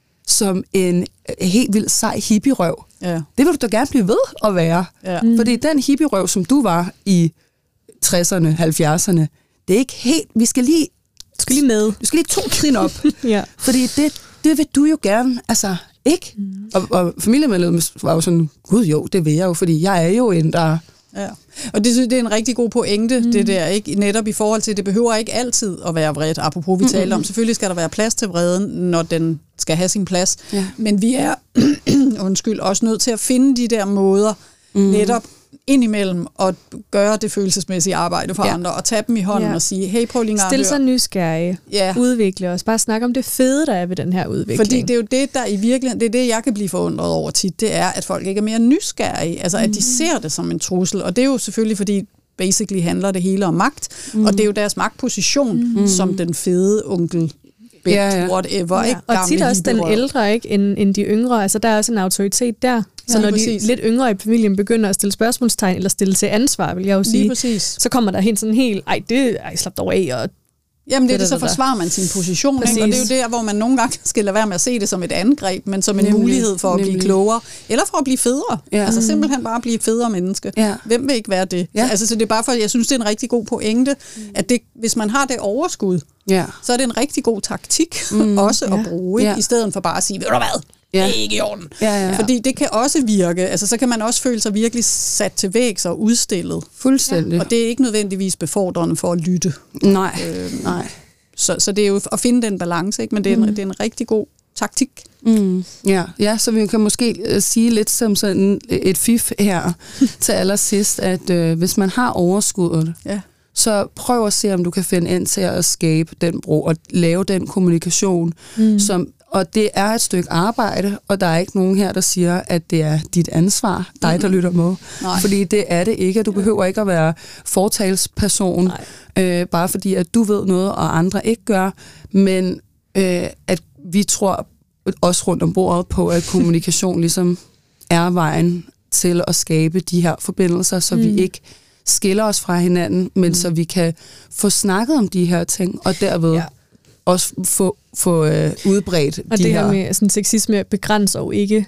som en helt vild sej hippierøv. Ja. Det vil du da gerne blive ved at være. Ja. Mm. Fordi den hippierøv, som du var i tresserne, halvfjerdserne, det er ikke helt, vi skal lige, du skal lige med. Du skal lige to trin op. Ja. Fordi det, det vil du jo gerne, altså ikke? Mm. Og, og familiemedlemmet var jo sådan, gud jo, det vil jeg jo, fordi jeg er jo en, der... Ja. Og det, det er en rigtig god pointe, mm. det der, ikke? Netop i forhold til, det behøver ikke altid at være vredt, apropos vi mm-hmm. talte om. Selvfølgelig skal der være plads til vreden, når den skal have sin plads. Ja. Men vi er undskyld, også nødt til at finde de der måder, mm. netop indimellem at gøre det følelsesmæssige arbejde for ja. andre, og tage dem i hånden ja. og sige, hey, prøv lige engang at høre. Stil sig nysgerrig, ja. udvikle os, bare snak om det fede, der er ved den her udvikling. Fordi det er jo det, der i virkeligheden, det er det, jeg kan blive forundret over tit, det er, at folk ikke er mere nysgerrige, altså mm. at de ser det som en trussel, og det er jo selvfølgelig, fordi basically handler det hele om magt, mm. og det er jo deres magtposition, mm. som den fede onkel Bæk, ja, ja. whatever, ja. Ikke? Og tit også den ældre, ikke, end, end de yngre. Altså, der er også en autoritet der. Så ja, når præcis. de lidt yngre i familien begynder at stille spørgsmålstegn, eller stille til ansvar, vil jeg jo sige, præcis. så kommer der helt sådan helt, ej, det ej, slap dog af, og jamen det er det, så forsvarer man sin position, ikke? Og det er jo der, hvor man nogle gange skal lade være med at se det som et angreb, men som en nemlig, mulighed for at nemlig. blive klogere, eller for at blive federe. Ja. Altså simpelthen bare at blive et federe menneske. Ja. Hvem vil ikke være det? Ja. Altså, så det er bare for, jeg synes, det er en rigtig god pointe, at det, hvis man har det overskud, ja. så er det en rigtig god taktik mm. også ja. at bruge, ikke? Ja. I stedet for bare at sige, ved du hvad? Ja. Det er ikke i orden. Ja, ja. Fordi det kan også virke, altså så kan man også føle sig virkelig sat til vægs og udstillet. Fuldstændig. Og det er ikke nødvendigvis befordrende for at lytte. Nej, øhm, nej. Så, så det er jo at finde den balance, ikke? Men det er, mm. en, det er en rigtig god taktik. Mm. Ja. ja, så vi kan måske uh, sige lidt som sådan et fif her til allersidst, at uh, hvis man har overskuddet, ja. så prøv at se, om du kan finde ind til at skabe den bro og lave den kommunikation, mm. som og det er et stykke arbejde, og der er ikke nogen her, der siger, at det er dit ansvar, dig, der lytter med. Nej. Fordi det er det ikke. Du behøver ikke at være fortalsperson, øh, bare fordi, at du ved noget, og andre ikke gør. Men øh, at vi tror også rundt om bordet på, at kommunikation ligesom er vejen til at skabe de her forbindelser, så mm. vi ikke skiller os fra hinanden, men mm. så vi kan få snakket om de her ting, og derved... Ja. også få, få øh, udbredt og de det her... her med sådan, sexisme begrænser jo ikke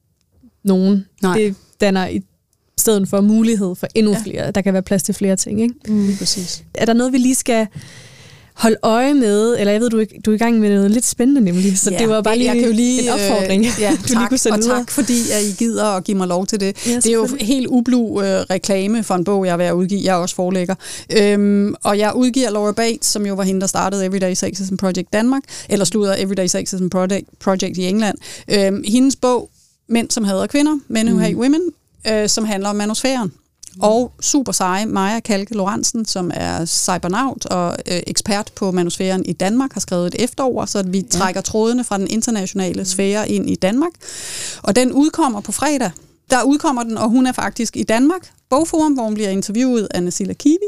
nogen. Nej. Det danner i stedet for mulighed for endnu ja. flere. Der kan være plads til flere ting, ikke? Mm. Præcis. Er der noget, vi lige skal holde øje med, eller jeg ved, du er, du er i gang med noget lidt spændende nemlig, så ja, det var bare lige, jeg kan jo lige en opfordring. Øh, ja, du tak, lige kunne sende og videre. tak fordi at I gider at give mig lov til det. Ja, det er jo helt ublu øh, reklame for en bog, jeg er ved at udgive. Jeg er også forlægger. Øhm, og jeg udgiver Laura Bates, som jo var hende, der startede Everyday Sexism Project Danmark, eller slutter Everyday Sexism Project, Project i England. Øhm, hendes bog, Mænd som hader kvinder, Men Who Hate Women, øh, som handler om manusfæren. Og super seje Maja Kalke Lorentzen, som er cybernaut og øh, ekspert på manusfæren i Danmark, har skrevet et efterår, så at vi ja. trækker trådene fra den internationale sfære ind i Danmark. Og den udkommer på fredag. Der udkommer den, og hun er faktisk i Danmark Bogforum, hvor hun bliver interviewet af Nasila Kiwi.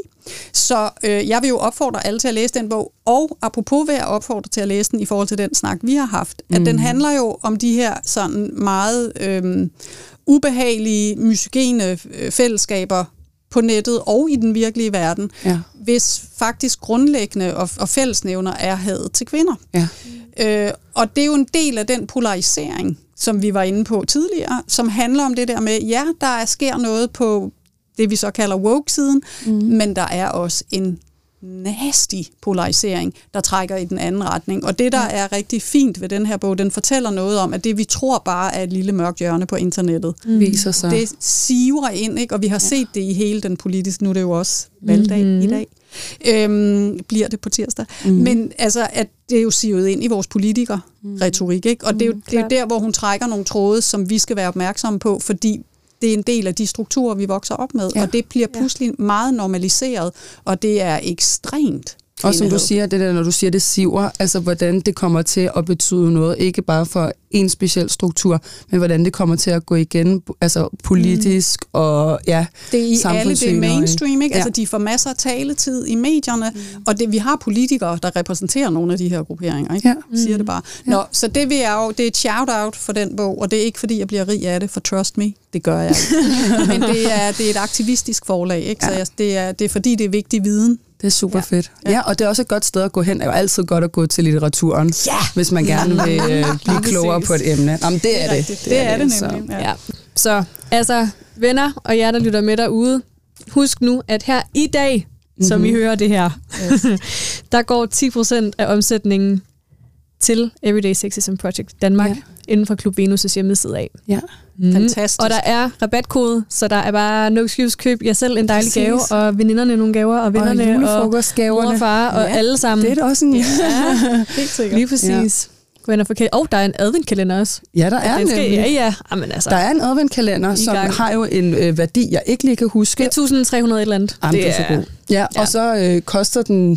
Så øh, jeg vil jo opfordre alle til at læse den bog, og apropos vil jeg opfordre til at læse den i forhold til den snak, vi har haft. At mm. den handler jo om de her sådan meget øh, ubehagelige, mysogene øh, fællesskaber på nettet og i den virkelige verden, ja. hvis faktisk grundlæggende og, og fællesnævner er hadet til kvinder. Ja. Øh, og det er jo en del af den polarisering, som vi var inde på tidligere, som handler om det der med, ja, der sker noget på det, vi så kalder woke-siden, mm. men der er også en nasty polarisering, der trækker i den anden retning. Og det, der er rigtig fint ved den her bog, den fortæller noget om, at det, vi tror bare er et lille mørkt hjørne på internettet, mm. viser sig. Det siver ind, ikke? Og vi har set ja. det i hele den politiske, nu er det jo også valgdag mm-hmm. i dag, øhm, bliver det på tirsdag. Mm. Men altså, at det er jo sivet ind i vores politikere-retorik, ikke? Og det er, jo, det er jo der, hvor hun trækker nogle tråde, som vi skal være opmærksomme på, fordi det er en del af de strukturer, vi vokser op med, ja. og det bliver pludselig ja. meget normaliseret, og det er ekstremt. Og som du siger, det der, når du siger det siver, altså hvordan det kommer til at betyde noget, ikke bare for en speciel struktur, men hvordan det kommer til at gå igen, altså politisk mm. og ja, det er i alle, det er mainstream, ikke? Ja. Altså de får masser af taletid i medierne, mm. og det, vi har politikere, der repræsenterer nogle af de her grupperinger, ikke? Ja. Siger det bare. Nå, ja. Så det vil jeg jo, det er et shout-out for den bog, og det er ikke fordi, jeg bliver rig af det, for trust me, det gør jeg ikke. Men det er, det er et aktivistisk forlag, ikke? Så jeg, det, er, det er fordi, det er vigtig viden. Det er super ja. fedt. Ja. ja, og det er også et godt sted at gå hen. Det er jo altid godt at gå til litteraturen, ja. hvis man gerne vil øh, blive klogere på et emne. Jamen, det er det. Det, det er det, det nemlig. Så, ja. så altså, venner og jer, der lytter med derude, husk nu, at her i dag, mm-hmm. som I hører det her, yes. der går ti procent af omsætningen til Everyday Sexism Project Danmark, ja. inden for Klub Venus' hjemmeside af. Ja. Mm. Fantastisk. Og der er rabatkode, så der er bare no excuse, køb jer selv en dejlig Præcis. gave, og veninderne nogle gaver, og vennerne, og, og mor og far, og ja, alle sammen. Det er da også en... Ja, helt sikkert. Lige præcis. Ja. Og der er en adventkalender også. Ja, der er den skal, nemlig. Ja, ja. Jamen, altså. Der er en adventkalender, som gang. har jo en øh, værdi, jeg ikke lige kan huske. et tusind tre hundrede et eller andet. Jamen, det er så god. Ja, ja. Og så øh, koster den...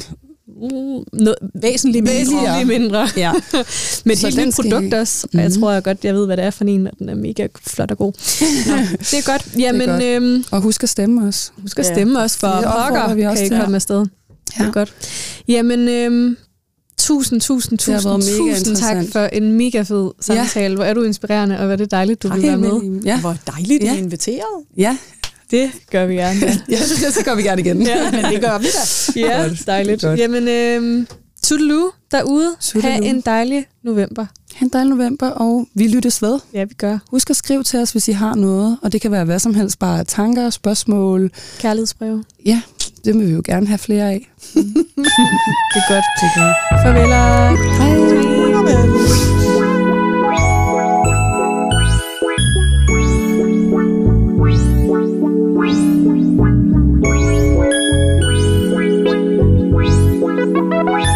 Noget væsentligt mindre. Væsentligt mindre. Ja. Med et helt produkt også. Mm-hmm. Jeg tror jeg godt, jeg ved, hvad det er for en, og den er mega flot og god. Nå, det er godt. Jamen, det er godt. Øhm, og husk at stemme også. Husk at stemme ja. også, for pokker vi også kan I komme afsted. Ja. Det er godt. Jamen, øhm, tusind, tusind, tusind, tusind tak for en mega fed samtale. Ja. Hvor er du inspirerende, og hvor er det dejligt, du tak, vil være med. Ja. Hvor dejligt, ja. I inviteret. Ja. Det gør vi gerne. Ja. Ja, så gør vi gerne igen. Ja, men det gør vi da. Ja, dejligt. Godt. Jamen, øhm, toodaloo derude. Ha' en dejlig november. Ha' en dejlig november, og vi lyttes ved. Ja, vi gør. Husk at skrive til os, hvis I har noget, og det kan være hvad som helst, bare tanker, spørgsmål. Kærlighedsbreve. Ja, det vil vi jo gerne have flere af. Det er godt. Det er godt. Farvel. Hej. Hej. We'll be right back.